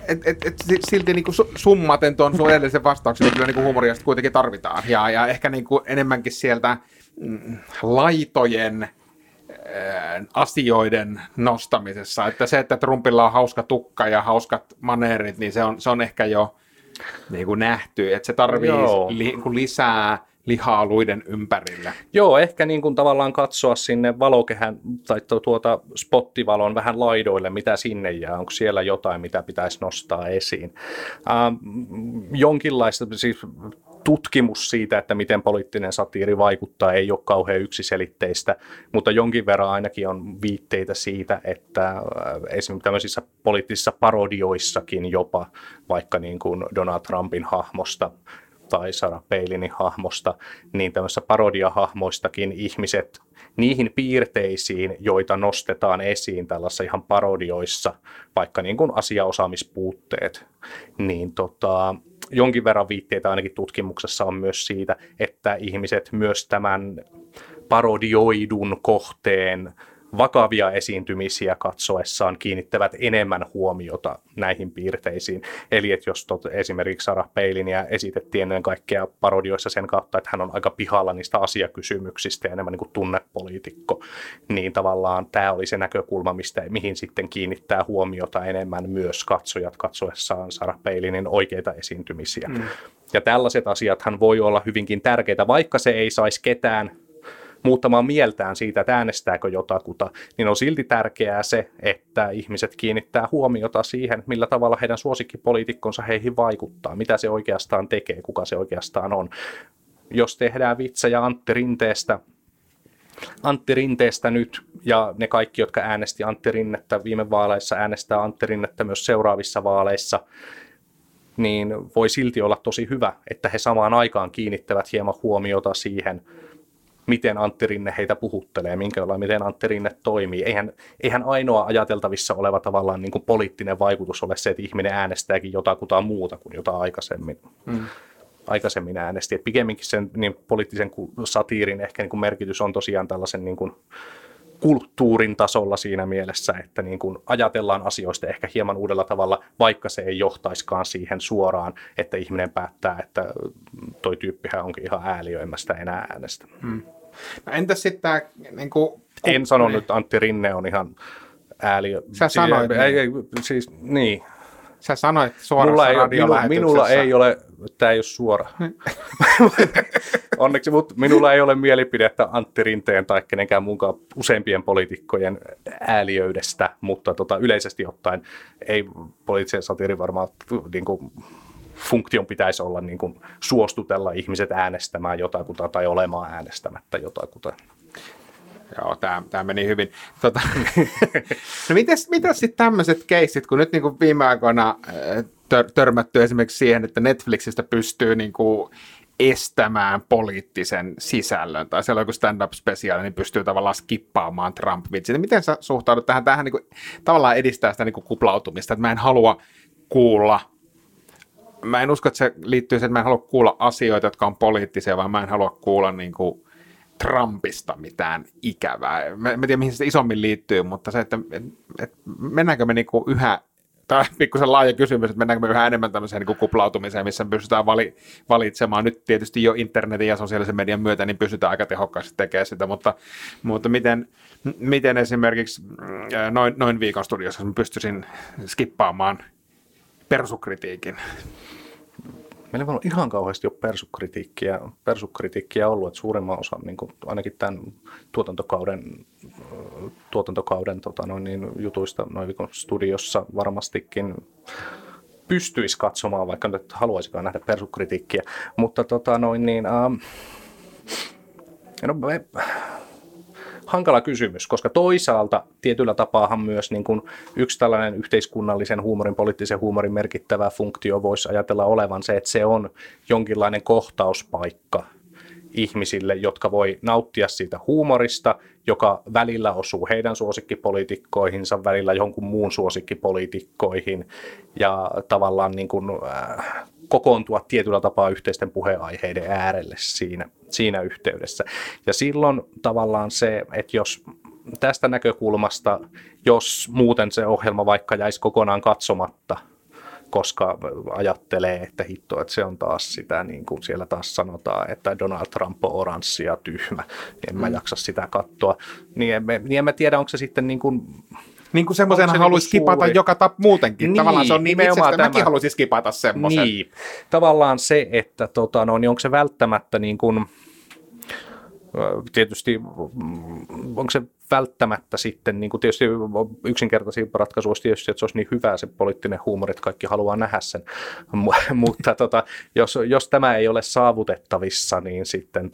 Speaker 2: silti niin kuin summaten tuon sun edellisen vastauksen, niin kyllä niin kuin huumoria kuitenkin tarvitaan. Ja ehkä niin kuin enemmänkin sieltä laitojen asioiden nostamisessa. Että se, että Trumpilla on hauska tukka ja hauskat maneerit, niin se on ehkä jo niin kuin nähty. Että se tarvii lisää lihaa luiden ympärille.
Speaker 3: Joo, ehkä niin kuin tavallaan katsoa sinne valokehän tai spottivalon vähän laidoille, mitä sinne jää, onko siellä jotain, mitä pitäisi nostaa esiin. Jonkinlaista siis tutkimus siitä, että miten poliittinen satiiri vaikuttaa, ei ole kauhean yksiselitteistä, mutta jonkin verran ainakin on viitteitä siitä, että esimerkiksi tämmöisissä poliittisissa parodioissakin jopa, vaikka niin kuin Donald Trumpin hahmosta, tai Sarah Palinin hahmosta, niin tämmöisissä parodiahahmoistakin ihmiset niihin piirteisiin, joita nostetaan esiin tällaisissa ihan parodioissa, vaikka niin kuin asiaosaamispuutteet, niin jonkin verran viitteitä ainakin tutkimuksessa on myös siitä, että ihmiset myös tämän parodioidun kohteen vakavia esiintymisiä katsoessaan kiinnittävät enemmän huomiota näihin piirteisiin. Eli että jos esimerkiksi Sarah Palinia esitettiin ennen kaikkea parodioissa sen kautta, että hän on aika pihalla niistä asiakysymyksistä ja enemmän niin kuin tunnepoliitikko, niin tavallaan tämä oli se näkökulma, mihin sitten kiinnittää huomiota enemmän myös katsojat katsoessaan Sarah Palinin oikeita esiintymisiä. Ja tällaiset asiathan voi olla hyvinkin tärkeitä, vaikka se ei saisi ketään muuttamaan mieltään siitä, että äänestääkö jotakuta, niin on silti tärkeää se, että ihmiset kiinnittää huomiota siihen, millä tavalla heidän suosikkipoliitikkonsa heihin vaikuttaa, mitä se oikeastaan tekee, kuka se oikeastaan on. Jos tehdään vitsejä Antti Rinteestä nyt, ja ne kaikki, jotka äänesti Antti Rinnettä viime vaaleissa, äänestää Antti Rinnettä myös seuraavissa vaaleissa, niin voi silti olla tosi hyvä, että he samaan aikaan kiinnittävät hieman huomiota siihen, miten Antti Rinne heitä puhuttelee, miten Antti Rinne toimii. Eihän ainoa ajateltavissa oleva tavallaan niin kuin poliittinen vaikutus ole se, että ihminen äänestääkin jotakuta muuta kuin jota aikaisemmin äänesti. Et pikemminkin sen niin poliittisen satiirin ehkä niin kuin merkitys on tosiaan tällaisen niin kuin kulttuurin tasolla siinä mielessä, että niin kuin ajatellaan asioista ehkä hieman uudella tavalla, vaikka se ei johtaiskaan siihen suoraan, että ihminen päättää, että toi tyyppihän onkin ihan ääliö, en mä sitä enää äänestä.
Speaker 2: No entäs sitten tämä niin kuin
Speaker 3: en sano nyt, että Antti Rinne on ihan ääliö.
Speaker 2: Sä sanoit.
Speaker 3: Siis, niin.
Speaker 2: Sä sanoit suorassa radiolähetyksessä.
Speaker 3: Minulla ei ole, tämä ei ole suora. Onneksi, mutta minulla ei ole mielipidettä Antti Rinteen tai kenenkään muunkaan useimpien poliitikkojen ääliöydestä, mutta yleisesti ottaen ei poliittisen satiirin varmaan niin kuin, funktion pitäisi olla niin kuin, suostutella ihmiset äänestämään jotakuta tai olemaan äänestämättä jotakuta.
Speaker 2: Joo, tämä meni hyvin. No mitäs sitten tämmöiset keissit, kun nyt niin kuin viime aikoina törmätty esimerkiksi siihen, että Netflixistä pystyy niin kuin estämään poliittisen sisällön, tai siellä on joku stand-up-spesiaali, niin pystyy tavallaan skippaamaan Trump-vitsit. Miten sä suhtaudut tähän? Tämähän niin kuin, tavallaan edistää sitä niin kuin kuplautumista, että mä en halua kuulla. Mä en usko, että se liittyy siihen, että mä en halua kuulla asioita, jotka on poliittisia, vaan mä en halua kuulla niin kuin Trumpista mitään ikävää. Mä en tiedä, mihin se isommin liittyy, mutta se, että mennäänkö me niinku yhä, tämä on pikkusen laaja kysymys, että mennäänkö me yhä enemmän tämmöiseen niinku kuplautumiseen, missä pystytään valitsemaan. Nyt tietysti jo internetin ja sosiaalisen median myötä niin pystytään aika tehokkaasti tekemään sitä, mutta miten esimerkiksi noin viikon studiossa mä pystyisin skippaamaan persukritiikin?
Speaker 3: Meillä on ihan kauheasti jo persukritiikkiä ollut, että suurimman osan, niin kuin ainakin tämän tuotantokauden jutuista noin viikon studiossa varmastikin pystyisi katsomaan, vaikka nyt haluaisikaan nähdä persukritiikkiä, mutta hankala kysymys, koska toisaalta tietyllä tapaahan myös niin kuin yksi tällainen yhteiskunnallisen huumorin, poliittisen huumorin merkittävä funktio voisi ajatella olevan se, että se on jonkinlainen kohtauspaikka ihmisille, jotka voi nauttia siitä huumorista, joka välillä osuu heidän suosikkipoliitikkoihinsa, välillä jonkun muun suosikkipoliitikkoihin ja tavallaan niin kuin, kokoontua tietyllä tapaa yhteisten puheenaiheiden äärelle siinä yhteydessä. Ja silloin tavallaan se, että jos tästä näkökulmasta, jos muuten se ohjelma vaikka jäisi kokonaan katsomatta koska ajattelee, että hitto, että se on taas sitä, niin kuin siellä taas sanotaan, että Donald Trump on oranssi ja tyhmä, niin en mä jaksa sitä katsoa. Niin en mä tiedä, onko se sitten niin kuin
Speaker 2: semmoisen haluaisi skipata joka muutenkin.
Speaker 3: Niin,
Speaker 2: tavallaan se on niin
Speaker 3: nimenomaan
Speaker 2: itsestä, mäkin haluaisin skipata semmoisen.
Speaker 3: Niin, tavallaan se, että niin onko se välttämättä niin kuin, tietysti, onko se välttämättä sitten, niin kuin tietysti yksinkertaisia ratkaisuja olisi tietysti, että se olisi niin hyvä se poliittinen huumori, että kaikki haluaa nähdä sen, mutta jos tämä ei ole saavutettavissa, niin sitten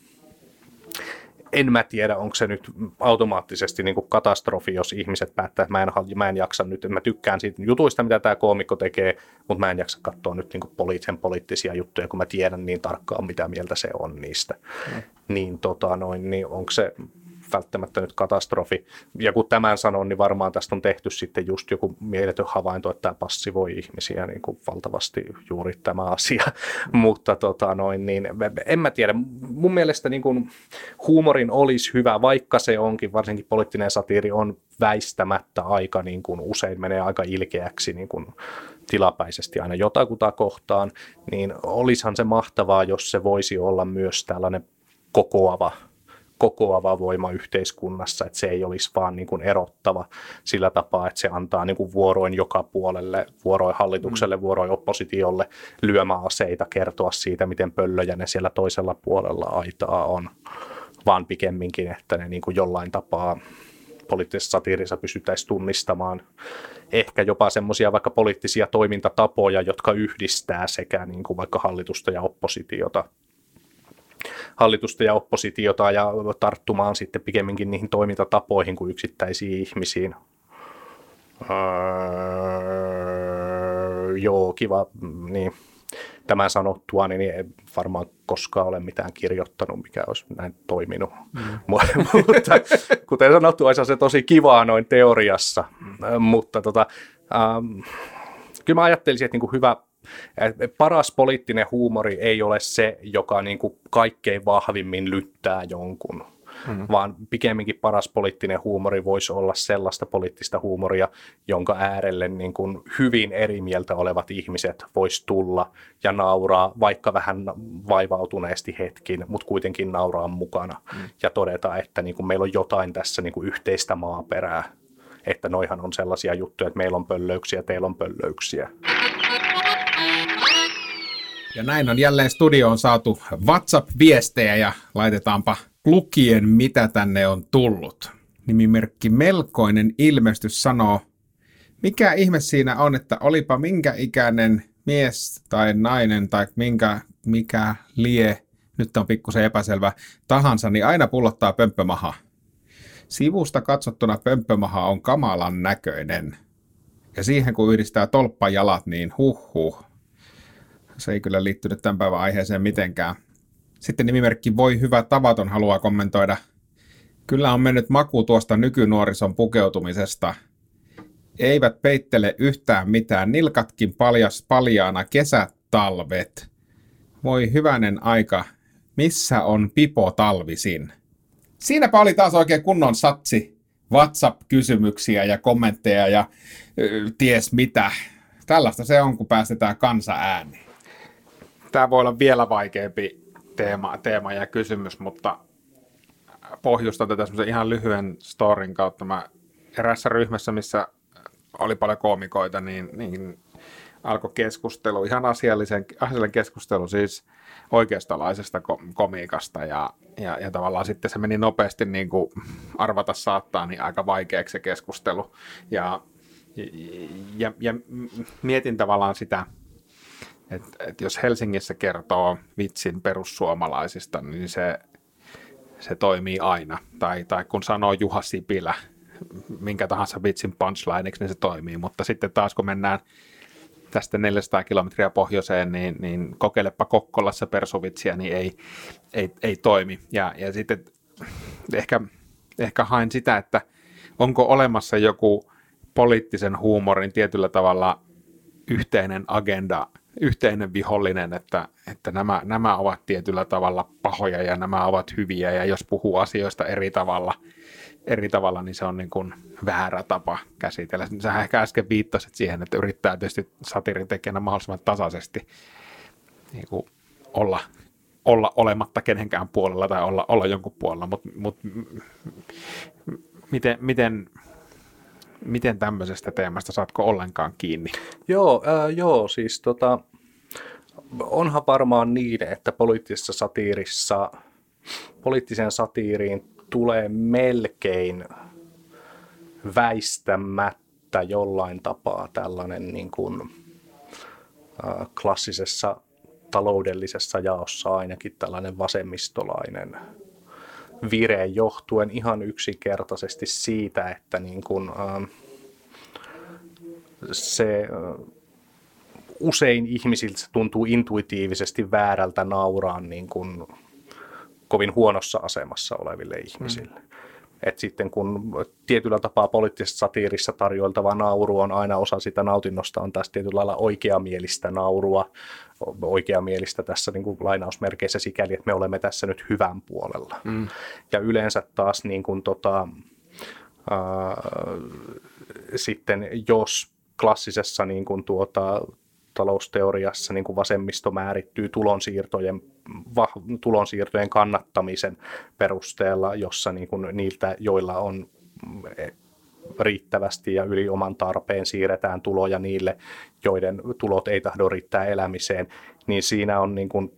Speaker 3: en mä tiedä, onko se nyt automaattisesti niin kuin katastrofi, jos ihmiset päättää, että mä en jaksa nyt, mä tykkään siitä jutuista, mitä tämä koomikko tekee, mutta mä en jaksa katsoa nyt niin kuin sen poliittisia juttuja, kun mä tiedän niin tarkkaan, mitä mieltä se on niistä. Niin, niin onko se välttämättä nyt katastrofi. Ja kun tämän sanon, niin varmaan tästä on tehty sitten just joku mieletön havainto, että tämä passivoi ihmisiä niin kuin valtavasti juuri tämä asia. Mutta niin en mä tiedä. Mun mielestä niin kuin huumorin olisi hyvä, vaikka se onkin, varsinkin poliittinen satiiri on väistämättä aika niin kuin usein menee aika ilkeäksi niin kuin tilapäisesti aina jotakuta kohtaan, niin olisihan se mahtavaa, jos se voisi olla myös tällainen kokoava voima yhteiskunnassa, että se ei olisi vaan niin kuin erottava sillä tapaa, että se antaa niin kuin vuoroin joka puolelle, vuoroin hallitukselle, vuoroin oppositiolle lyömäaseita kertoa siitä, miten pöllöjä ne siellä toisella puolella aitaa on, vaan pikemminkin, että ne niin kuin jollain tapaa poliittisessa satiirissa pystyttäisiin tunnistamaan ehkä jopa semmoisia vaikka poliittisia toimintatapoja, jotka yhdistää sekä niin kuin vaikka hallitusta ja oppositiota ja tarttumaan sitten pikemminkin niihin toimintatapoihin kuin yksittäisiin ihmisiin. Joo, kiva. Niin. Tämän sanottua, niin ei varmaan koskaan ole mitään kirjoittanut, mikä olisi näin toiminut. Mutta kuten sanottu, olisi se tosi kivaa noin teoriassa. Mutta kyllä mä ajattelisin, että niin kuin hyvä, paras poliittinen huumori ei ole se, joka niin kuin kaikkein vahvimmin lyttää jonkun, vaan pikemminkin paras poliittinen huumori voisi olla sellaista poliittista huumoria, jonka äärelle niin kuin hyvin eri mieltä olevat ihmiset vois tulla ja nauraa, vaikka vähän vaivautuneesti hetkin, mutta kuitenkin nauraa mukana ja todeta, että niin kuin meillä on jotain tässä niin kuin yhteistä maaperää, että noihan on sellaisia juttuja, että meillä on pöllöyksiä, teillä on pöllöyksiä.
Speaker 2: Ja näin on jälleen studioon saatu WhatsApp-viestejä ja laitetaanpa lukien, mitä tänne on tullut. Nimimerkki Melkoinen ilmestys sanoo, mikä ihme siinä on, että olipa minkä ikäinen mies tai nainen tai mikä lie, nyt on pikkusen epäselvä, tahansa, niin aina pullottaa pömppömaha. Sivusta katsottuna pömppömaha on kamalan näköinen. Ja siihen kun yhdistää tolppajalat, niin huhhuh. Se ei kyllä liittynyt tämän päivän aiheeseen mitenkään. Sitten nimimerkki Voi hyvä tavaton haluaa kommentoida. Kyllä on mennyt maku tuosta nykynuorison pukeutumisesta. Eivät peittele yhtään mitään. Nilkatkin paljaana kesät, talvet. Voi hyvänen aika. Missä on pipo talvisin? Siinäpä oli taas oikein kunnon satsi. WhatsApp-kysymyksiä ja kommentteja ja ties mitä. Tällaista se on, kun päästetään kansa ääniin. Tämä voi olla vielä vaikeampi teema ja kysymys, mutta pohjustan tätä semmoisen ihan lyhyen storin kautta. Mä eräässä ryhmässä, missä oli paljon koomikoita, niin alkoi keskustelu, ihan asiallinen keskustelu siis oikeistolaisesta komiikasta ja tavallaan sitten se meni nopeasti niin kuin arvata saattaa niin aika vaikeaksi se keskustelu ja mietin tavallaan sitä, että jos Helsingissä kertoo vitsin perussuomalaisista, niin se toimii aina. Tai kun sanoo Juha Sipilä minkä tahansa vitsin punchlineiksi, niin se toimii. Mutta sitten taas kun mennään tästä 400 kilometriä pohjoiseen, niin kokeilepa Kokkolassa persuvitsiä, niin ei toimi. Ja sitten ehkä haen sitä, että onko olemassa joku poliittisen huumorin tietyllä tavalla yhteinen agenda yhteinen vihollinen, että nämä ovat tietyllä tavalla pahoja ja nämä ovat hyviä, ja jos puhuu asioista eri tavalla, niin se on niin kuin väärä tapa käsitellä. Sähän ehkä äsken viittasit siihen, että yrittää tietysti satiirintekijänä mahdollisimman tasaisesti niin kuin olla olematta kenenkään puolella tai olla jonkun puolella, mutta miten tämmöisestä teemasta saatko ollenkaan kiinni?
Speaker 3: Joo, siis onhan varmaan niin, että poliittiseen satiiriin tulee melkein väistämättä jollain tapaa tällainen niin kuin, klassisessa taloudellisessa jaossa ainakin tällainen vasemmistolainen vire johtuen ihan yksinkertaisesti siitä, että niin kuin, usein ihmisiltä se tuntuu intuitiivisesti väärältä nauraa niin kuin kovin huonossa asemassa oleville ihmisille. Et sitten kun tietyllä tapaa poliittisessa satiirissa tarjoiltava nauru on aina osa sitä nautinnosta, on taas tietyllä lailla oikeamielistä naurua, oikeamielistä tässä niin kuin lainausmerkeissä sikäli, että me olemme tässä nyt hyvän puolella. Ja yleensä taas niin kuin sitten jos klassisessa niin kuin talousteoriassa niin kuin vasemmisto määrittyy tulonsiirtojen kannattamisen perusteella, jossa niin kuin niiltä, joilla on riittävästi ja yli oman tarpeen siirretään tuloja niille, joiden tulot ei tahdo riittää elämiseen, niin siinä on niin kuin,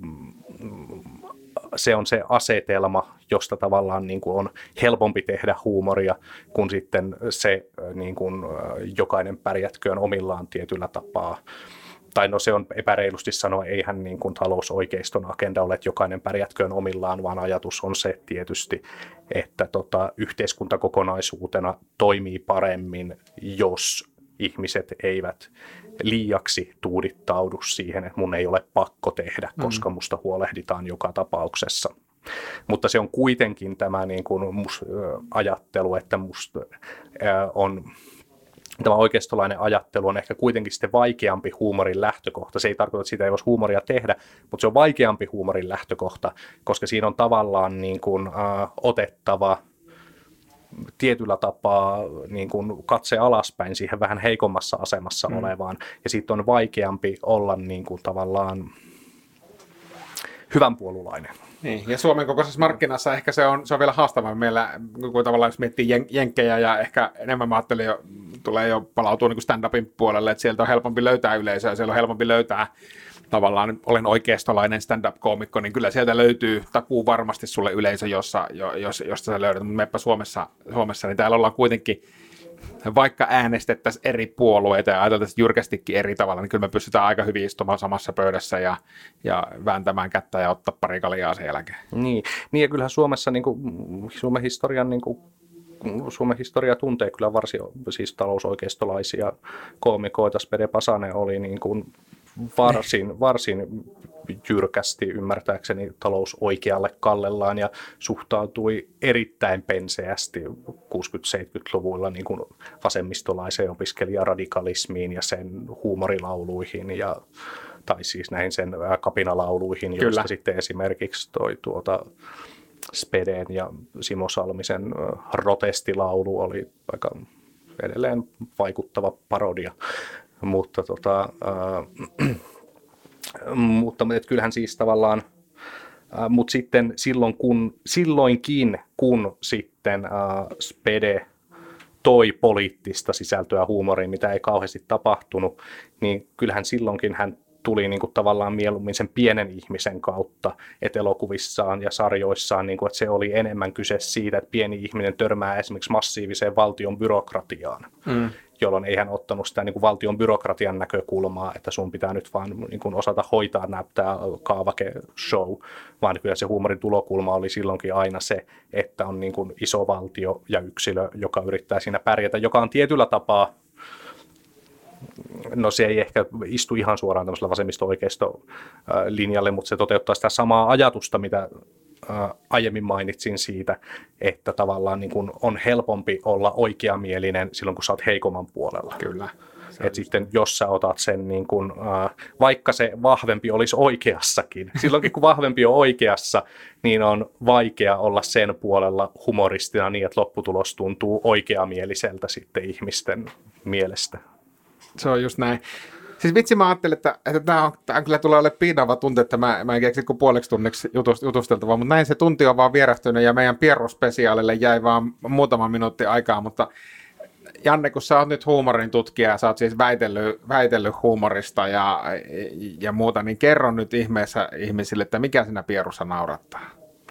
Speaker 3: se on se asetelma, josta tavallaan niin kuin on helpompi tehdä huumoria, kun sitten se niin kuin jokainen pärjätköön omillaan tietyllä tapaa. Tai no se on epäreilusti sanoa, eihän niin kuin talousoikeiston agenda ole, että jokainen pärjätköön omillaan, vaan ajatus on se tietysti, että yhteiskunta kokonaisuutena toimii paremmin, jos ihmiset eivät liiaksi tuudittaudu siihen, että mun ei ole pakko tehdä, koska musta huolehditaan joka tapauksessa. Mutta se on kuitenkin tämä niin kuin ajattelu, että musta on... Tämä oikeistolainen ajattelu on ehkä kuitenkin sitten vaikeampi huumorin lähtökohta. Se ei tarkoita, että siitä ei voisi huumoria tehdä, mutta se on vaikeampi huumorin lähtökohta, koska siinä on tavallaan niin kuin, otettava tietyllä tapaa niin kuin katse alaspäin siihen vähän heikommassa asemassa olevaan. Ja siitä on vaikeampi olla niin kuin, tavallaan hyvänpuolulainen.
Speaker 2: Niin, ja Suomen kokoisessa markkinassa ehkä se on vielä haastavaa. Meillä, kun tavallaan jos miettii jenkkejä ja ehkä enemmän mä ajattelin tulee jo palautua niin kuin stand-upin puolelle, että sieltä on helpompi löytää yleisöä, siellä on helpompi löytää tavallaan, olen oikeistolainen stand-up-koomikko, niin kyllä sieltä löytyy takuu varmasti sulle yleisö, josta sä löydät, mutta meppä Suomessa, niin täällä ollaan kuitenkin, vaikka äänestettäisiin eri puolueita ja ajateltaisiin jyrkästikin eri tavalla, niin kyllä me pystytään aika hyvin istumaan samassa pöydässä ja vääntämään kättä ja ottaa pari kaljaa sen jälkeen.
Speaker 3: Niin ja kyllähän Suomessa niin kuin, Suomen historia tuntee kyllä varsin siis talousoikeistolaisia koomikoita. Spede Pasanen oli niin kuin varsin jyrkästi ymmärtääkseni talousoikealle kallellaan ja suhtautui erittäin penseästi 60-70-luvuilla niin kuin vasemmistolaiseen opiskelijaradikalismiin ja sen huumorilauluihin tai siis näihin sen kapinalauluihin, joista kyllä sitten esimerkiksi Speden ja Simo Salmisen protestilaulu oli aika edelleen vaikuttava parodia, mutta mutta kyllähän siis tavallaan, mutta sitten silloinkin kun sitten Spede toi poliittista sisältöä huumoriin, mitä ei kauheasti tapahtunut, niin kyllähän silloinkin hän tuli niin kuin tavallaan mieluummin sen pienen ihmisen kautta, että elokuvissaan ja sarjoissaan, niin kuin, että se oli enemmän kyse siitä, että pieni ihminen törmää esimerkiksi massiiviseen valtion byrokratiaan, jolloin ei hän ottanut sitä niin kuin valtion byrokratian näkökulmaa, että sun pitää nyt vaan niin kuin osata hoitaa tämä kaavake-show, vaan kyllä se huumorin tulokulma oli silloinkin aina se, että on niin kuin iso valtio ja yksilö, joka yrittää siinä pärjätä, joka on tietyllä tapaa, no se ei ehkä istu ihan suoraan tämmöisellä vasemmisto-oikeisto-linjalle, mutta se toteuttaa sitä samaa ajatusta, mitä aiemmin mainitsin siitä, että tavallaan niin kuin on helpompi olla oikeamielinen silloin, kun sä oot heikomman puolella.
Speaker 2: Kyllä.
Speaker 3: Että sitten jos sä otat sen, niin kun, vaikka se vahvempi olisi oikeassakin, silloinkin kun vahvempi on oikeassa, niin on vaikea olla sen puolella humoristina niin, että lopputulos tuntuu oikeamieliseltä sitten ihmisten mielestä.
Speaker 2: Se on just näin. Siis vitsi, mä ajattelin, että tämä kyllä tulee olemaan piinaava tunti, että mä en keksi kuin puoleksi tunniksi jutusteltavaa, mutta näin se tunti on vaan vierähtynyt ja meidän Pierro-spesiaalille jäi vaan muutama minuutti aikaa, mutta Janne, kun sä oot nyt huumorin tutkija, sä oot siis väitellyt huumorista ja muuta, niin kerro nyt ihmeessä ihmisille, että mikä siinä Pierussa naurattaa?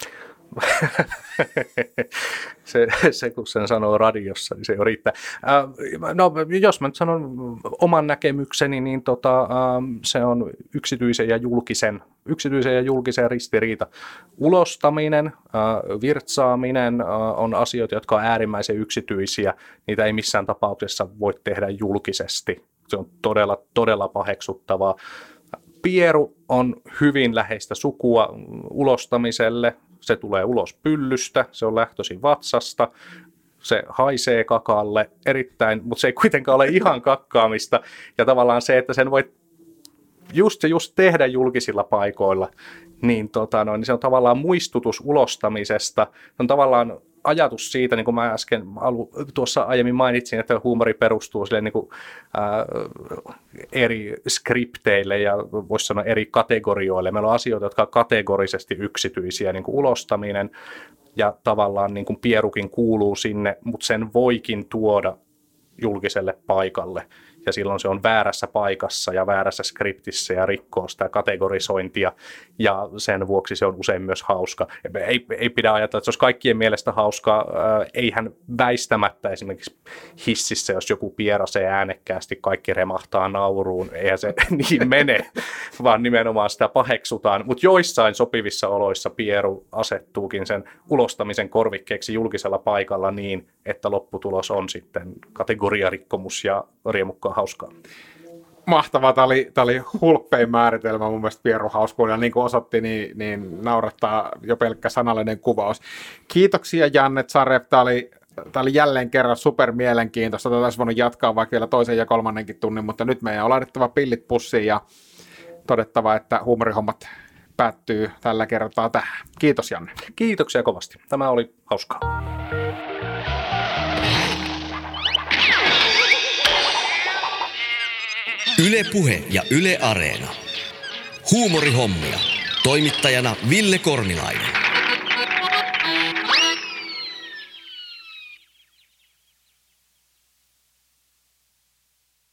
Speaker 3: se kun sen sanoo radiossa, niin se jo riittää. No, jos mä nyt sanon oman näkemykseni, niin se on yksityisen ja julkisen ristiriita. Ulostaminen, virtsaaminen on asioita, jotka on äärimmäisen yksityisiä. Niitä ei missään tapauksessa voi tehdä julkisesti. Se on todella, todella paheksuttavaa. Pieru on hyvin läheistä sukua ulostamiselle. Se tulee ulos pyllystä, se on lähtöisin vatsasta, se haisee kakalle erittäin, mutta se ei kuitenkaan ole ihan kakkaamista. Ja tavallaan se, että sen voi just tehdä julkisilla paikoilla, niin se on tavallaan muistutus ulostamisesta. Se on tavallaan ajatus siitä, niin kuin mä äsken tuossa aiemmin mainitsin, että huumori perustuu sille niin kuin, eri skripteille ja voisi sanoa eri kategorioille. Meillä on asioita, jotka on kategorisesti yksityisiä, niin kuin ulostaminen, ja tavallaan niin kuin pierukin kuuluu sinne, mutta sen voikin tuoda julkiselle paikalle. Ja silloin se on väärässä paikassa ja väärässä skriptissä ja rikkoo sitä kategorisointia, ja sen vuoksi se on usein myös hauska. Ei pidä ajatella, että se olisi kaikkien mielestä hauskaa. Eihän väistämättä esimerkiksi hississä, jos joku pierasee äänekkäästi, kaikki remahtaa nauruun. Eihän se niin mene, vaan nimenomaan sitä paheksutaan. Mutta joissain sopivissa oloissa pieru asettuukin sen ulostamisen korvikkeeksi julkisella paikalla niin, että lopputulos on sitten kategoriarikkomus ja riemukkaa hauskaa.
Speaker 2: Mahtavaa, tämä oli hulppein määritelmä mun mielestä pieruhauskuudella. Niin kuin osoitti, niin naurattaa jo pelkkä sanallinen kuvaus. Kiitoksia Janne Zarev, tämä oli jälleen kerran super mielenkiintoista. Tätä olisi voinut jatkaa vaikka vielä toisen ja kolmannenkin tunnin, mutta nyt meidän on laitettava pillit pussiin ja todettava, että huumorihommat päättyy tällä kertaa tähän. Kiitos Janne.
Speaker 3: Kiitoksia kovasti. Tämä oli hauskaa.
Speaker 1: Yle Puhe ja Yle Areena. Huumorihommia. Toimittajana Ville Kornilainen.